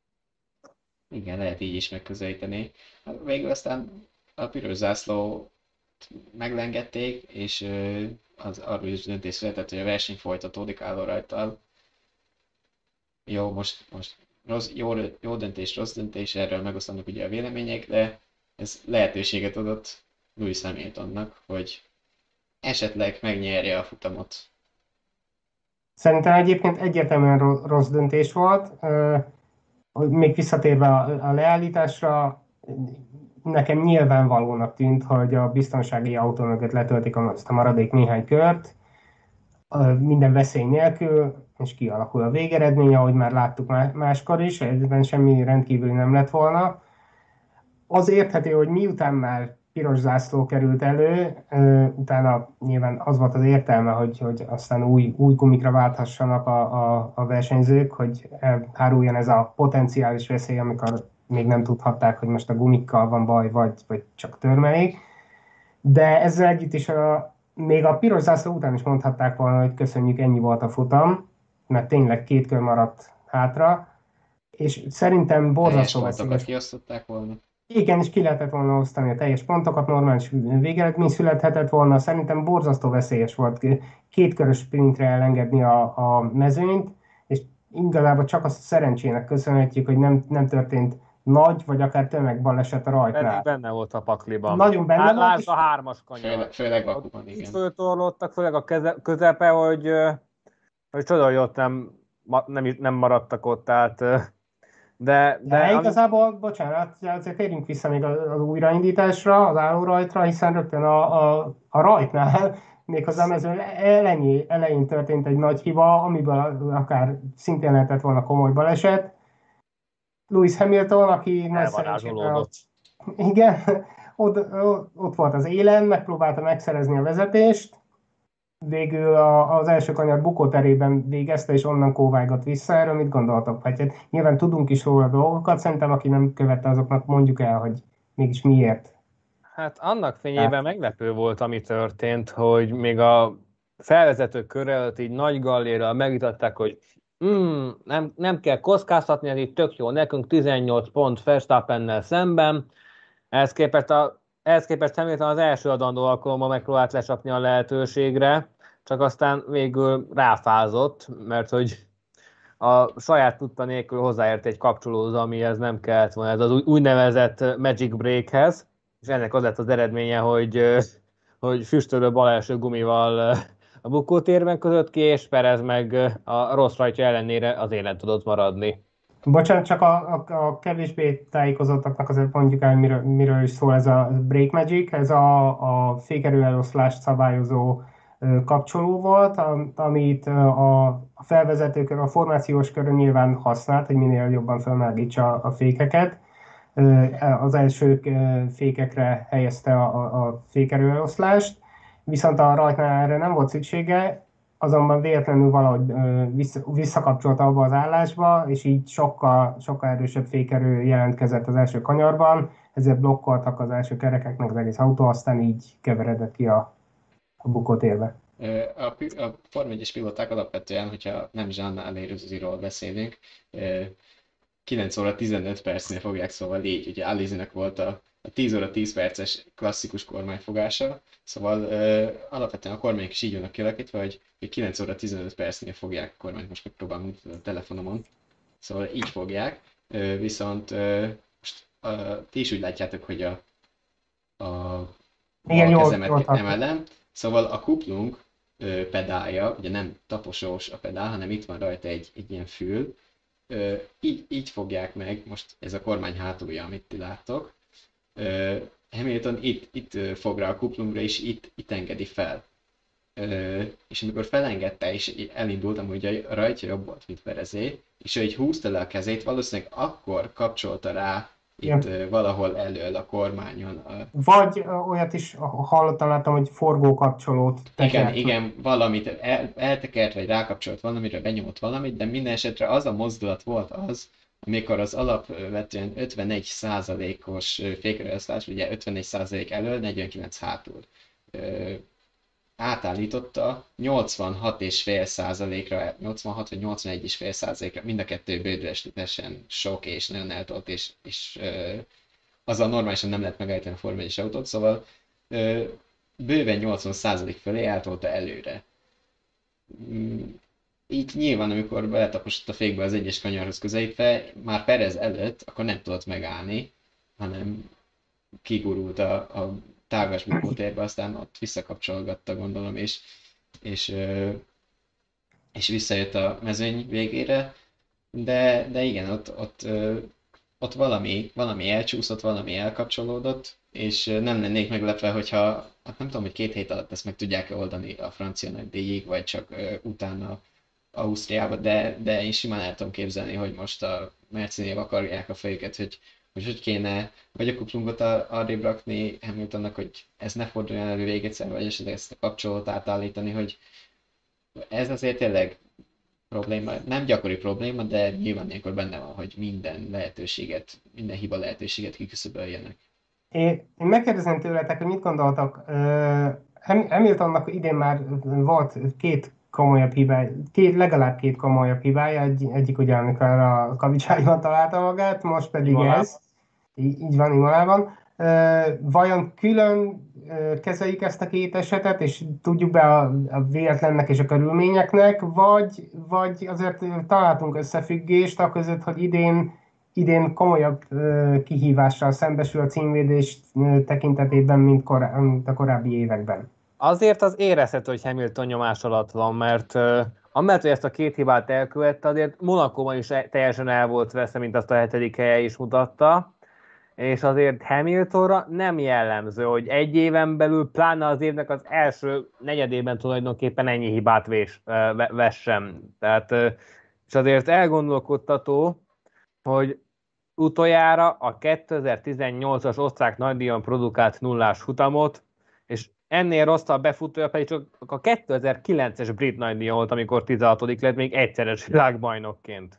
Igen, lehet így is megközelíteni. Végül aztán a piros zászló meglengedték, és az arról is döntés született, hogy a verseny folytatódik állórajttal. Jó, most, most rossz, jó, jó döntés, rossz döntés, erről megosztanak ugye a vélemények, de ez lehetőséget adott Lewis Hamiltonnak, hogy esetleg megnyerje a futamot. Szerintem egyébként egyértelműen rossz döntés volt. Még visszatérve a leállításra, nekem nyilvánvalónak tűnt, hogy a biztonsági autó mögött letöltik azt a maradék néhány kört, minden veszély nélkül, és kialakul a végeredmény, ahogy már láttuk máskor is, ebben semmi rendkívüli nem lett volna. Az érthető, hogy miután már piros zászló került elő, utána nyilván az volt az értelme, hogy, hogy aztán új, új gumikra válthassanak a, a, a versenyzők, hogy elháruljon ez a potenciális veszély, amikor még nem tudhatták, hogy most a gumikkal van baj, vagy, vagy csak törmelék. De ezzel együtt is a, még a piros zászló után is mondhatták volna, hogy köszönjük, ennyi volt a futam, mert tényleg két kör maradt hátra, és szerintem borzasztó pontokat kiosztották volna. Igen, és ki lehetett volna osztani a teljes pontokat, normális végeredmény születhetett volna, szerintem borzasztó veszélyes volt kétkörös sprintre elengedni a, a mezőnyt, és igazából csak azt szerencsének köszönhetjük, hogy nem, nem történt nagy, vagy akár tömegbaleset a rajtnál. Pedig benne volt a pakliban. Nagyon benne Há, volt. Lásd a hármas kanyar. Főleg, főleg Bakuban, igen. Itt föltorlódtak, főleg a keze, közepe, hogy, hogy csoda, hogy ott nem, nem, nem maradtak ott, tehát... De, de, de igazából, am... bocsánat, azért térjünk vissza még az újraindításra, az állórajtra, hiszen rögtön a, a, a rajtnál, méghozzá mezőn elején, elején történt egy nagy hiba, amiből akár szintén lehetett volna komoly baleset. Lewis Hamilton, aki nagy szerencsére... Igen, ott, ott volt az élen, megpróbálta megszerezni a vezetést, végül a, az első kanyar bukóterében végezte, és onnan kóvájgott vissza. Erről mit gondoltok? Hát, nyilván tudunk is róla dolgokat, szerintem aki nem követte, azoknak mondjuk el, hogy mégis miért. Hát annak fényében hát. Meglepő volt, ami történt, hogy még a felvezető kör előtt így nagy gallérral megvitatták, hogy mm, nem, nem kell kockáztatni, ez így tök jó, nekünk tizennyolc pont Verstappennel szemben. Ehhez képest, a, ehhez képest Hamilton az első adandó alkalommal megpróbált lecsapni a lehetőségre, csak aztán végül ráfázott, mert hogy a saját tudta nélkül hozzáért egy kapcsolódó, amihez nem kellett volna, ez az úgynevezett Magic Breakhez, és ennek az lett az eredménye, hogy, hogy füstölő bal első gumival a bukótérben között ki, és Perez meg a rossz rajtja ellenére az élen tudott maradni. Bocsánat, csak a, a, a kevésbé tájékozottaknak azért mondjuk el, miről, miről is szól ez a Break Magic, ez a, a fékerőeloszlást szabályozó kapcsoló volt, amit a felvezetőkör, a formációs körön nyilván használt, hogy minél jobban felmelegítsa a fékeket. az első fékekre helyezte a, a, a fékerőeloszlást, viszont a rajtnál erre nem volt szüksége, azonban véletlenül valahogy visszakapcsolta abba az állásba, és így sokkal, sokkal erősebb fékerő jelentkezett az első kanyarban, ezért blokkoltak az első kerekeknek az egész autó, aztán így keveredett ki a, a bukótérbe. A, a Form egyes pilóták alapvetően, hogyha nem Jean Alesi-ról beszélünk, kilenc óra tizenöt percnél fogják, szóval légy. Ugye Alesi-nek volt a, a tíz óra tíz perces klasszikus kormányfogása, szóval uh, alapvetően a kormányok is így vannak kialakítva, hogy, hogy kilenc óra tizenöt percnél fogják a kormányt, most megpróbálom a telefonomon, szóval így fogják, uh, viszont uh, most uh, ti is úgy látjátok, hogy a, a Igen, bal jól, kezemet jól emelem, szóval a kuplung uh, pedálja, ugye nem taposós a pedál, hanem itt van rajta egy, egy ilyen fül, Uh, így, így fogják meg, most ez a kormány hátulja, amit ti láttok. Uh, Hamilton itt, itt uh, fog rá a kuplungra, és itt, itt engedi fel. Uh, és amikor felengedte, és elindult, amúgy a rajtja jobb volt, mint Perezé, és ő így húzta le a kezét, valószínűleg akkor kapcsolta rá itt uh, valahol elől a kormányon. A... Vagy uh, olyat is hallottam, láttam, hogy forgókapcsolót tekert. Igen, igen, valamit el, eltekert, vagy rákapcsolt valamire, benyomott valamit, de minden esetre az a mozdulat volt az, amikor az alapvetően ötvenegy százalékos fékerőeloszlás, ugye ötvenegy százalék elől, negyvenkilenc hátul ö, átállította nyolcvanhat egész öt százalékra, nyolcvanhat vagy nyolcvanegy egész öt százalékra, mind a kettő bődületesen sok és nagyon eltolt, és, és ö, azzal normálisan nem lehet megállítani a Forma egyes autót, szóval ö, bőven nyolcvan százalék fölé eltolta előre. Így nyilván, amikor beletaposott a fékbe az egyes kanyarhoz közelítve, már Perez előtt, akkor nem tudott megállni, hanem kigurult a, a tágas bukótérbe, aztán ott visszakapcsolgatta, gondolom, és, és, és visszajött a mezőny végére. De, de igen, ott, ott, ott valami, valami elcsúszott, valami elkapcsolódott, és nem lennék meglepve, hogyha, hát nem tudom, hogy két hét alatt ezt meg tudják oldani a francia nagydíjig, vagy csak uh, utána Ausztriába, de, de én simán el tudom képzelni, hogy most a Mercinél akarják a fejüket, hogy hogy, hogy kéne vagy a kuplungot arrébb rakni Hamiltonnak, hogy ez ne forduljon elő még egyszer, vagy esetleg ezt a kapcsolót átállítani, hogy ez azért tényleg probléma, nem gyakori probléma, de nyilván ilyenkor benne van, hogy minden lehetőséget, minden hiba lehetőséget kiküszöböljenek. Én, én megkérdezem tőletek, hogy mit gondoltak. Uh, Hamiltonnak idén már volt két komolyabb hibája, két, legalább két komolyabb hibája, egy, egyik ugye, amikor a kavicsájban találta magát, most pedig Imolában. Ez. Így, így van, Imolában. Uh, vajon külön uh, kezeljük ezt a két esetet, és tudjuk be a, a véletlennek és a körülményeknek, vagy, vagy azért találtunk összefüggést a között, hogy idén idén komolyabb uh, kihívással szembesül a címvédés uh, tekintetében, mint, korá- mint a korábbi években. Azért az érezhető, hogy Hamilton nyomás alatt van, mert uh, amellett, hogy ezt a két hibát elkövette, azért Monacóban is teljesen el volt veszve, mint azt a hetedik helye is mutatta, és azért Hamiltonra nem jellemző, hogy egy éven belül, pláne az évnek az első negyedében tulajdonképpen ennyi hibát vés, uh, vessen. Tehát, uh, és azért elgondolkodtató, hogy utoljára a kétezer-tizennyolcas osztrák nagydíjon produkált nullás futamot, és ennél rosszabb befutója pedig csak a kétezer-kilences brit nagydíjon volt, amikor tizenhatodik lett, még egyszeres világbajnokként.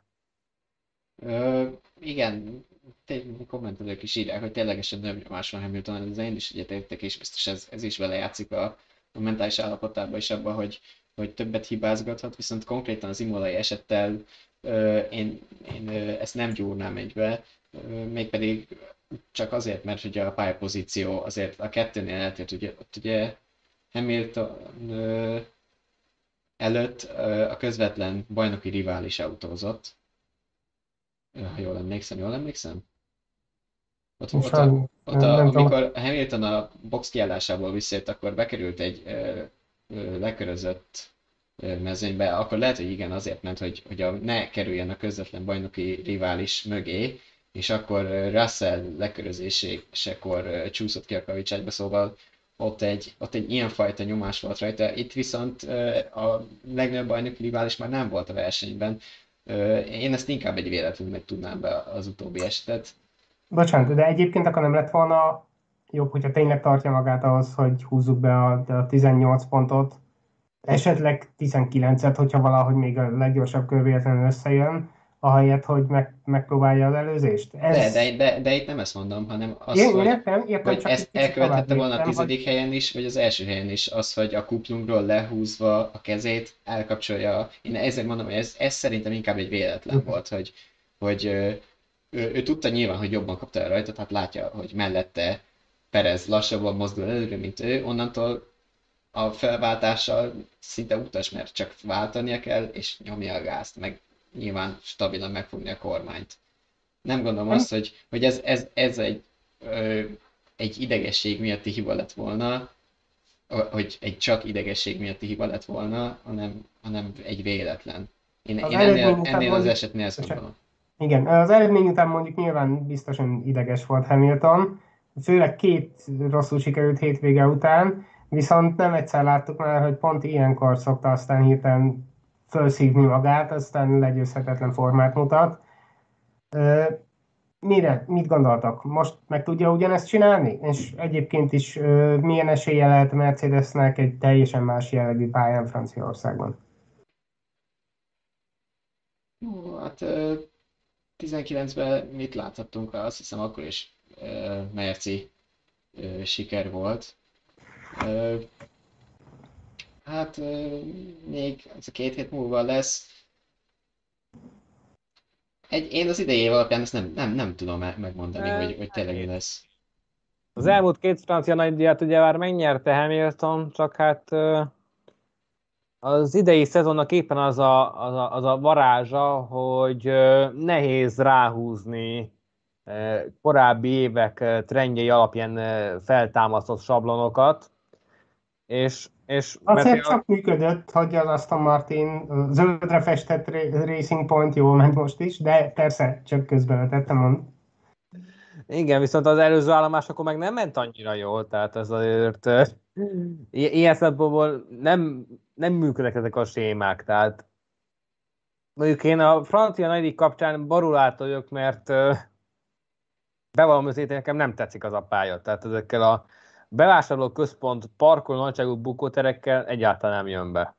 Ö, igen, kommentelők is írják, hogy ténylegesen nem nyomás van Hamilton, de én is egyetértek, és biztos ez, ez is vele játszik a, a mentális állapotában is abban, hogy, hogy többet hibázgathat, viszont konkrétan az imolai esettel Uh, én, én uh, ezt nem gyúrnám egybe, uh, mégpedig csak azért, mert ugye a pályapozíció azért a kettőnél eltért, ugye, ott ugye Hamilton uh, előtt uh, a közvetlen bajnoki rivális autózott, uh, ha jól emlékszem, jól emlékszem? Ott, ott, a, ott a, amikor Hamilton a box kiállásából visszajött, akkor bekerült egy uh, uh, lekörözött mezőnybe, akkor lehet, hogy igen, azért ment, hogy, hogy a, ne kerüljen a közvetlen bajnoki rivális mögé, és akkor Russell lekörözésekor csúszott ki a kavicságyba, szóval ott egy, ott egy ilyenfajta nyomás volt rajta. Itt viszont a legnagyobb bajnoki rivális már nem volt a versenyben. Én ezt inkább egy véletlenül tudnám be az utóbbi esetet. Bocsánat, de egyébként akkor nem lett volna jobb, hogyha tényleg tartja magát ahhoz, hogy húzzuk be a, a tizennyolc pontot, esetleg tizenkilencet, hogyha valahogy még a leggyorsabb kör véletlenül összejön, ahelyett, hogy meg, megpróbálja az előzést. De, Ez, de, de, de itt nem ezt mondom, hanem az, én, én hogy, értem, értem, hogy csak egy ezt kicsit tovább elkövethette volna a léptem, hogy tizedik helyen is, vagy az első helyen is, az, hogy a kuplungról lehúzva a kezét elkapcsolja. Én ezért mondom, hogy ez, ez szerintem inkább egy véletlen volt, hogy, hogy ö, ő, ő tudta nyilván, hogy jobban kapta el rajta, tehát látja, hogy mellette Perez lassabban mozdul előre, mint ő, onnantól a felváltással szinte utas, mert csak váltania kell, és nyomja a gázt, meg nyilván stabilan megfogni a kormányt. Nem gondolom nem, azt, hogy, hogy ez, ez, ez egy, ö, egy idegesség miatti hiba lett volna, hogy egy csak idegesség miatti hiba lett volna, hanem, hanem egy véletlen. Én, az én eredmény ennél, után ennél az mondjuk, esetnél ezt bocsánat, gondolom. igen, az eredmény után mondjuk nyilván biztosan ideges volt Hamilton, főleg két rosszul sikerült hétvége után, viszont nem egyszer láttuk már, hogy pont ilyenkor szokta aztán hirtelen felszívni magát, aztán legyőzhetetlen formát mutat. Ö, Mire, mit gondoltak? Most meg tudja ugyanezt csinálni? És egyébként is ö, milyen esélye lehet a Mercedesnek egy teljesen más jellegű pályán Franciaországban? Hú, hát ö, tizenkilencben mit láthattunk? Azt hiszem akkor is ö, Merci ö, siker volt. Ö, hát ö, még ez a két hét múlva lesz. Egy, én az idei év alapján ezt nem, nem, nem tudom me- megmondani, hogy, hogy tényleg mi lesz. Az elmúlt két francia nagydíjat ugye már megnyerte Hamilton, csak hát ö, az idei szezonnak éppen az a, az a, az a varázsa, hogy ö, nehéz ráhúzni ö, korábbi évek ö, trendjei alapján ö, feltámasztott sablonokat, és, és mert Azért például, csak működött, hogy az Aston Martin zöldre festett Racing Point jól ment most is, de persze csak közbevetettem, mond. igen, viszont az előző állomás akkor meg nem ment annyira jól, tehát ez azért ö, i- ilyen szempontból nem, nem működnek ezek a sémák, tehát mondjuk én a francia negyedik kapcsán barulától vagyok, mert ö, bevallom őszintén, nekem nem tetszik az a pálya. Tehát ezekkel a bevásárló központ parkoló nagyságú bukóterekkel egyáltalán nem jön be.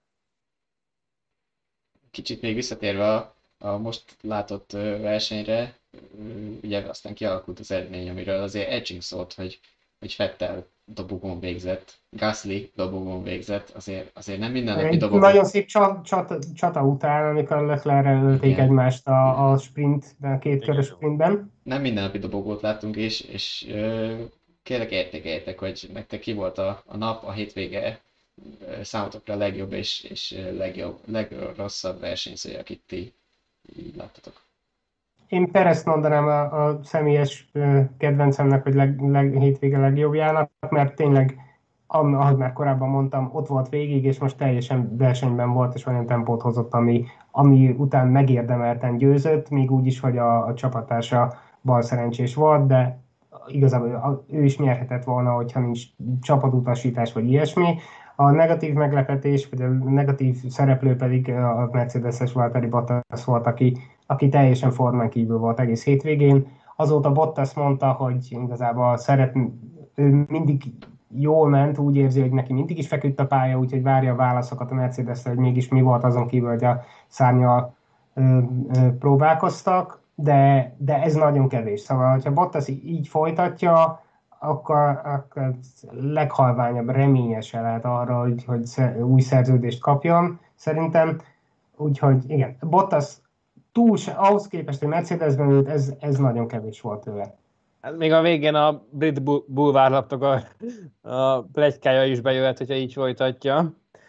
Kicsit még visszatérve a, a most látott ö, versenyre, ö, ugye aztán kialakult az eredmény, amiről azért edging szólt, hogy, hogy Vettel dobogón végzett, Gasly dobogón végzett, azért, azért nem mindennapi Egy dobogó. nagyon szép csata, csata, csata után, amikor Leclerc ölték Igen, egymást a, a sprint, a két körös sprintben. nem mindennapi dobogót láttunk, és, és ö, kérlek értékeljetek, hogy nektek ki volt a, a nap, a hétvége ö, számotokra a legjobb és, és ö, legjobb, legrosszabb versenyző, akit ti így láttatok. Én Perezt mondanám a, a személyes ö, kedvencemnek, hogy leg, leg, hétvége legjobbjának, mert tényleg, am- ahogy már korábban mondtam, ott volt végig, és most teljesen versenyben volt, és olyan tempót hozott, ami, ami után megérdemelten győzött, még úgy is, hogy a, a csapattársa balszerencsés volt, de igazából a- ő is nyerhetett volna, hogyha nincs csapatutasítás vagy ilyesmi. A negatív meglepetés, vagy a negatív szereplő pedig a Mercedes-es Valtteri Bottas volt, aki aki teljesen formán kívül volt egész hétvégén. Azóta Bottas mondta, hogy igazából szeret, ő mindig jól ment, úgy érzi, hogy neki mindig is feküdt a pálya, úgyhogy várja a válaszokat a Mercedes-re, hogy mégis mi volt azon kívül, hogy a szárnyal ö, ö, próbálkoztak, de, de ez nagyon kevés. Szóval, hogyha Bottas így folytatja, akkor, akkor leghalványabb reménye se lehet arra, hogy, hogy új szerződést kapjon, szerintem. Úgyhogy igen, Bottas túl se, ahhoz képest, hogy Mercedesben ült, ez, ez nagyon kevés volt tőle. Hát még a végén a brit bu- bulvárlaptok a, a pletykája is bejöhet, hogyha így folytatja.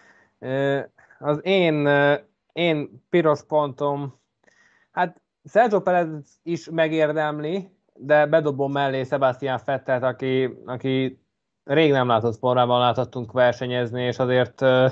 Ö, Az én, ö, én piros pontom, hát Sergio Perez is megérdemli, de bedobom mellé Sebastian Vettelt, aki, aki rég nem látott formában láthattunk versenyezni, és azért ö,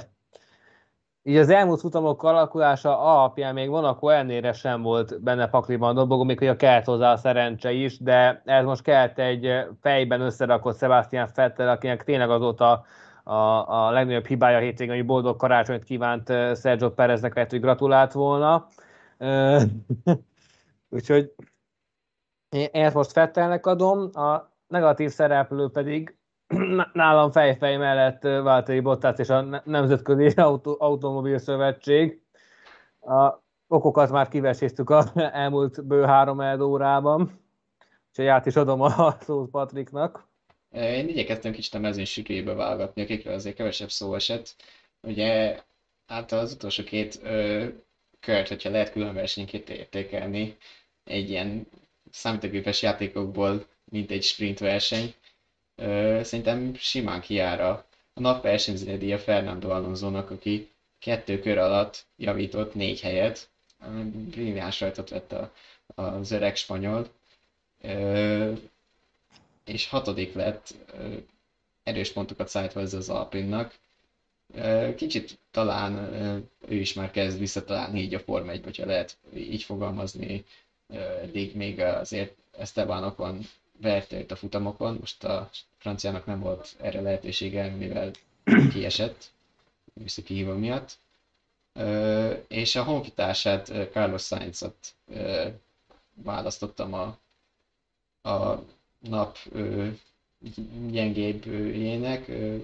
így az elmúlt futamok alakulása alapján még Monaco ellenére sem volt benne pakliban a dobogó, még hogy a kellett hozzá a szerencse is, de ez most kellett egy fejben összerakott Sebastian Vettel, akinek tényleg azóta a, a legnagyobb hibája a hétvégén, hogy boldog karácsonyt kívánt Sergio Pereznek, lehet, hogy gratulált volna. Úgyhogy Én ezt most Vettelnek adom, a negatív szereplő pedig nálam fejfej mellett Valtteri Bottas és a Nemzetközi Autó, Automobil Szövetség. A okokat már kiveséztük az elmúlt bő három órában, úgyhogy át is adom a szót Patriknak. Én igyekeztem kicsit a mezőny sűrűjébe válogatni, akikről azért kevesebb szó esett. Ugye által az utolsó két ö, kört, hogyha lehet külön versenyként értékelni, egy ilyen számítógépes játékokból, mint egy sprint verseny, ö, szerintem simán kijár a, a nap versenyzője díja Fernando Alonsónak, aki kettő kör alatt javított négy helyet. Brilliáns rajtot vett a, az öreg spanyol. Ö, és hatodik lett, ö, erős pontokat szállítva ez az Alpinnak. Ö, Kicsit talán ö, ő is már kezd visszatalálni így a Forma egybe, hogyha lehet így fogalmazni. Ö, Eddig még azért Esteban Ocon verte őt a futamokon, most a franciának nem volt erre lehetősége, mivel kiesett visszakihívó miatt. Ö, És a honfitársát, ö, Carlos Sainzot ö, választottam a, a nap ö, gyengébbjének. Ö,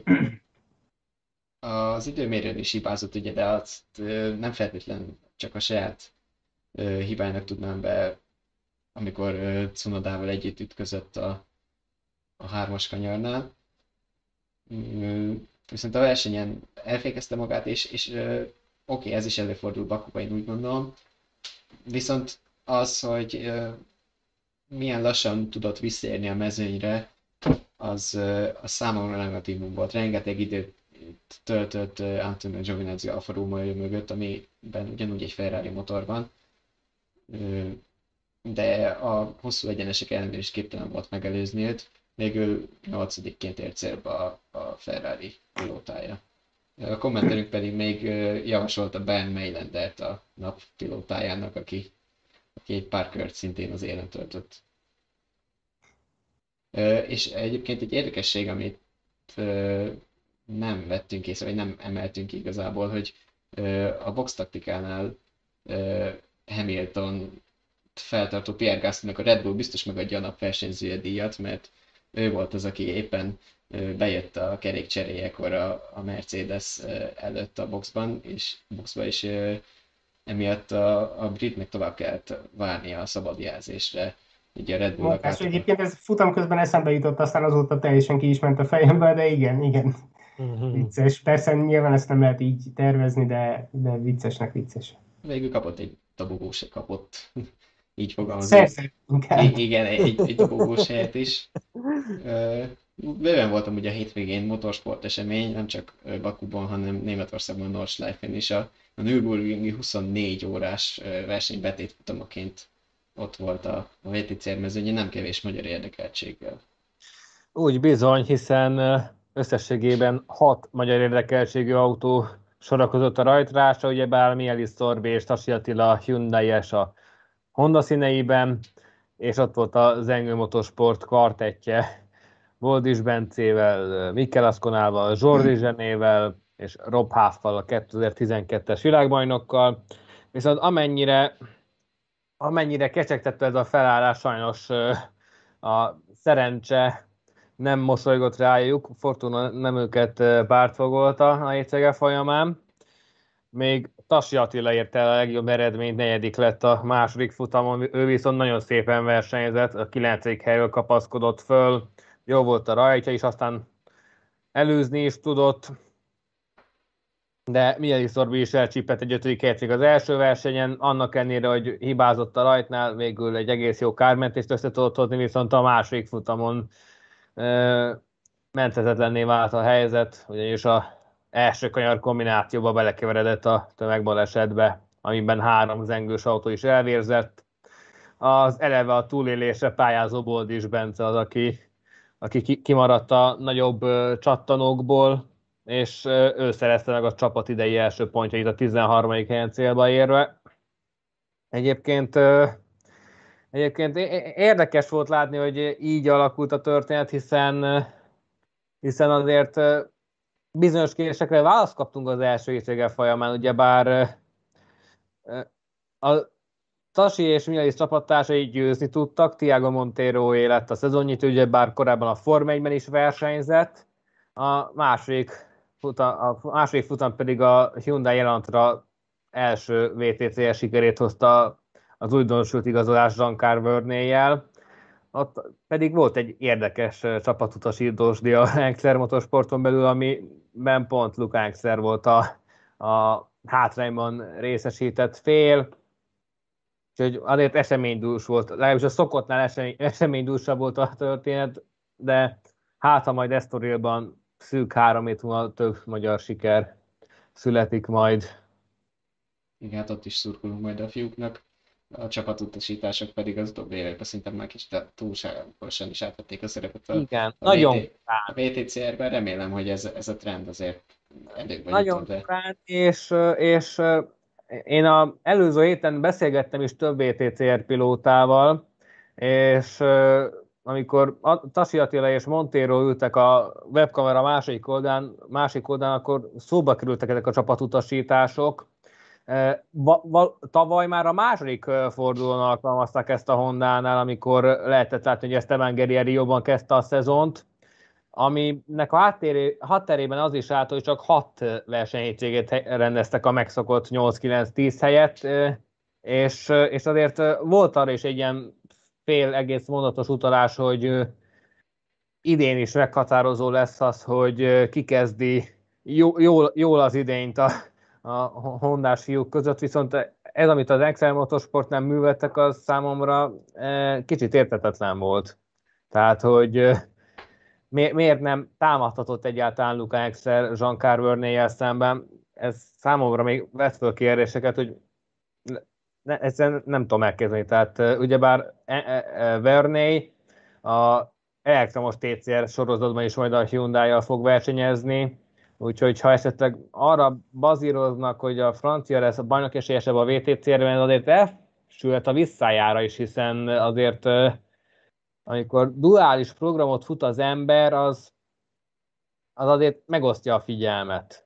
Az időmérőn is hibázott, ugye, de azt ö, nem feltétlenül csak a saját ö, hibájának tudnám be, amikor ö, Cunodával együtt ütközött a, a hármas kanyarnál. Ö, Viszont a versenyen elfékezte magát, és, és ö, oké, ez is előfordul Bakuban, én úgy gondolom. Viszont az, hogy ö, milyen lassan tudott visszaérni a mezőnyre, az, ö, az számomra negatívum volt. Rengeteg időt töltött ö, Antonio Giovinazzi Alfa Romeo mögött, amiben ugyanúgy egy Ferrari motor van, Ö, de a hosszú egyenesek ellenére is képtelen volt megelőzni őt. Végül nyolcadikként ért célba a, a Ferrari pilótája. A kommenterünk pedig még ö, javasolta Ben Maylandert a nap pilótájának, aki, aki egy pár kört szintén az élen töltött. Ö, És egyébként egy érdekesség, amit ö, nem vettünk észre, vagy nem emeltünk ki igazából, hogy ö, a box taktikánál ö, Hamilton feltartó Pierre Gaslynak a Red Bull biztos megadja a nap versenyzője díjat, mert ő volt az, aki éppen ö, bejött a kerékcseréjekor a, a Mercedes ö, előtt a boxban, és boxba is ö, emiatt a, a britnek tovább kellett várnia a szabad jelzésre. Így a Red Bull Munkás, egyébként ez futam közben eszembe jutott, aztán azóta teljesen ki is ment a fejembe, de igen, igen, vicces. Persze nyilván ezt nem lehet így tervezni, de, de viccesnek vicces. Végül kapott egy dobogós, kapott, így fogalmazom. Szerzett inkább. I- igen, egy, egy dobogós helyet is. Ö, Bőven voltam ugye a hétvégén motorsport esemény, nem csak ö, Bakuban, hanem Németországban, Nordschleifen is. A, a Nürburgringi huszonnégy órás ö, verseny betétfutamaként ott volt a, a vé té cé mezőnye, nem kevés magyar érdekeltséggel. Úgy bizony, hiszen ö, összességében hat magyar érdekeltségű autó sorakozott a rajtrásra, ugyebár Mieli Szorbi és Tasi Attila Hyundai-es a Honda színeiben, és ott volt a Zengő Motorsport kvartettje, Boldis Bencével, Mikkel Aszkonával, Jordi Zsenével és Rob Halffal, a kétezer-tizenkettes világbajnokkal. Viszont amennyire, amennyire kecsegtető ez a felállás, sajnos ö, a szerencse nem mosolygott rájuk, Fortuna nem őket ö, pártfogolta a hé cé gé folyamán. Még Tasi Attila érte el a legjobb eredményt, negyedik lett a második futamon, ő viszont nagyon szépen versenyzett, a kilencedik helyről kapaszkodott föl, jó volt a rajtja is, aztán előzni is tudott, de Mieli Szorbi is elcsípett egy ötödik helyet még az első versenyen, annak ellenére, hogy hibázott a rajtnál, végül egy egész jó kármentést össze tudott hozni, viszont a második futamon ö, menthetetlenné vált a helyzet, ugyanis a első kanyar kombinációba belekeveredett a tömegbalesetbe, amiben három zengős autó is elvérzett. Az eleve a túlélésre pályázó Boldis Bence az, aki, aki kimaradt a nagyobb ö, csattanókból, és ö, ő szerezte meg a csapat idei első pontjait a tizenharmadik helyen célba érve. Egyébként, ö, egyébként érdekes volt látni, hogy így alakult a történet, hiszen, hiszen azért bizonyos kérdésekre választ kaptunk az első hé cé gé folyamán, ugyebár a Tasi és Mialis csapattársai győzni tudtak, Thiago Monteiro lett a szezonnyitó, ugye bár korábban a Forma egyben is versenyzett, a második futam, a második futam pedig a Hyundai Elantra első vé té cé-es sikerét hozta az újdonsült igazolás Jean Carvernéjel. Ott pedig volt egy érdekes csapatutasítós a Enxler Motorsporton belül, amiben pont Luke Enxler volt a, a hátrányban részesített fél. Úgyhogy azért eseménydús volt, legalábbis a szokottnál esemény, eseménydúsabb volt a történet, de hát ha majd Estorilban szűk három hét múlva több magyar siker születik majd. Igen, hát ott is szurkolunk majd a fiúknak. A csapatutasítások pedig az utóbbi években szinte már kicsit túlságosan is átvették a szerepet a, Igen, a, nagyon VT, a vé té cé er-ben. Remélem, hogy ez, ez a trend azért előbb Nagyon de... korán, és, és én az előző héten beszélgettem is több vé té cé er pilótával, és amikor Tasi Attila és Monteiro ültek a webkamera másik oldalán, másik oldalán, akkor szóba kerültek ezek a csapatutasítások. Va, va, tavaly már a második fordulón alkalmazták ezt a Hondánál, amikor lehetett látni, hogy Esteban Guerrieri jobban kezdte a szezont, aminek a hátterében az is állt, hogy csak hat versenyhétvégét rendeztek a megszokott nyolc kilenc tíz helyett, és, és azért volt arra is egy ilyen fél egész mondatos utalás, hogy idén is meghatározó lesz az, hogy ki kezdi jól, jól az idényt a, a hondás fiúk között, viszont ez, amit az Enxler Motorsportnál műveltek, az számomra kicsit érthetetlen volt. Tehát, hogy miért nem támadhatott egyáltalán Luke Enxler Jean Carvernéjel szemben? Ez számomra még vett föl kérdéseket, hogy ne, ezt nem tudom elképzelni. Tehát ugyebár Vernet a elektromos té cé er sorozatban is majd a Hyundai-jal fog versenyezni, úgyhogy ha esetleg arra bazíroznak, hogy a francia lesz a bajnok esélyesebb a vé té cé er-ben, azért elsülhet a visszájára is, hiszen azért amikor duális programot fut az ember, az, az azért megosztja a figyelmet.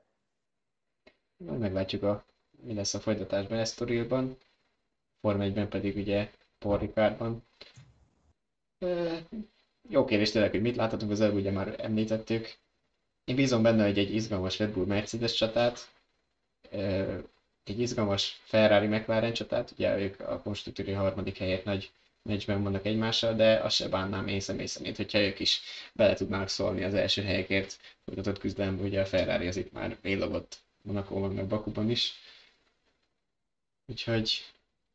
Meglátjuk, a, mi lesz a folytatásban Estorilban, Forma egyben pedig ugye Paul Ricardban. Jó kérdés tényleg, hogy mit láthatunk, az előbb ugye már említettük. Én bízom benne, hogy egy izgalmas Red Bull Mercedes csatát, egy izgalmas Ferrari McLaren csatát, ugye ők a konstruktúri harmadik helyért nagy meccsben vannak egymással, de azt se bánnám én személy szerint, hogyha ők is bele tudnának szólni az első helyekért folytatott küzdelembe, ugye a Ferrari az itt már villogott Monacóban, meg Bakuban is. Úgyhogy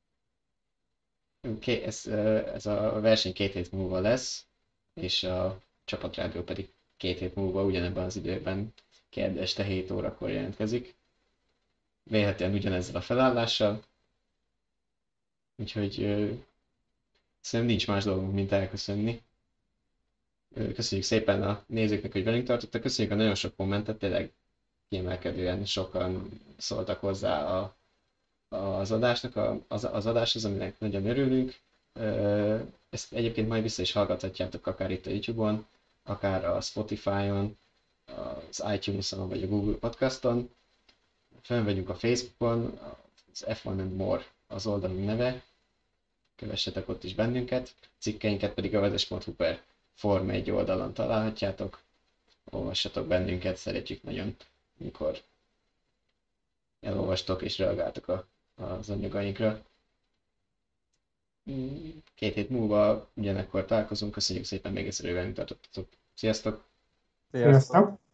ez, ez a verseny két hét múlva lesz, és a csapatrádió pedig két hét múlva ugyanebben az időben kedd este hét órakor jelentkezik. Vélhetően ugyanezzel a felállással. Úgyhogy szerintem nincs más dolgunk, mint elköszönni. Köszönjük szépen a nézőknek, hogy velünk tartottak. Köszönjük a nagyon sok kommentet, tényleg kiemelkedően sokan szóltak hozzá a, az adásnak, a, az, az adáshoz, aminek nagyon örülünk. Ezt egyébként majd vissza is hallgathatjátok akár itt a YouTube-on, akár a Spotify-on, az iTunes-on vagy a Google Podcaston. Fönn vagyunk a Facebookon, az ef egy and More az oldalunk neve. Kövessetek ott is bennünket, cikkeinket pedig a vezes pont hu per Forma egy oldalon találhatjátok. Olvassatok bennünket, szeretjük nagyon, amikor elolvastok és reagáltok a, az anyagainkra. Két hét múlva ugyanekkor találkozunk, köszönjük szépen még egyszer, hogy velünk tartottatok. Sziasztok! Sziasztok!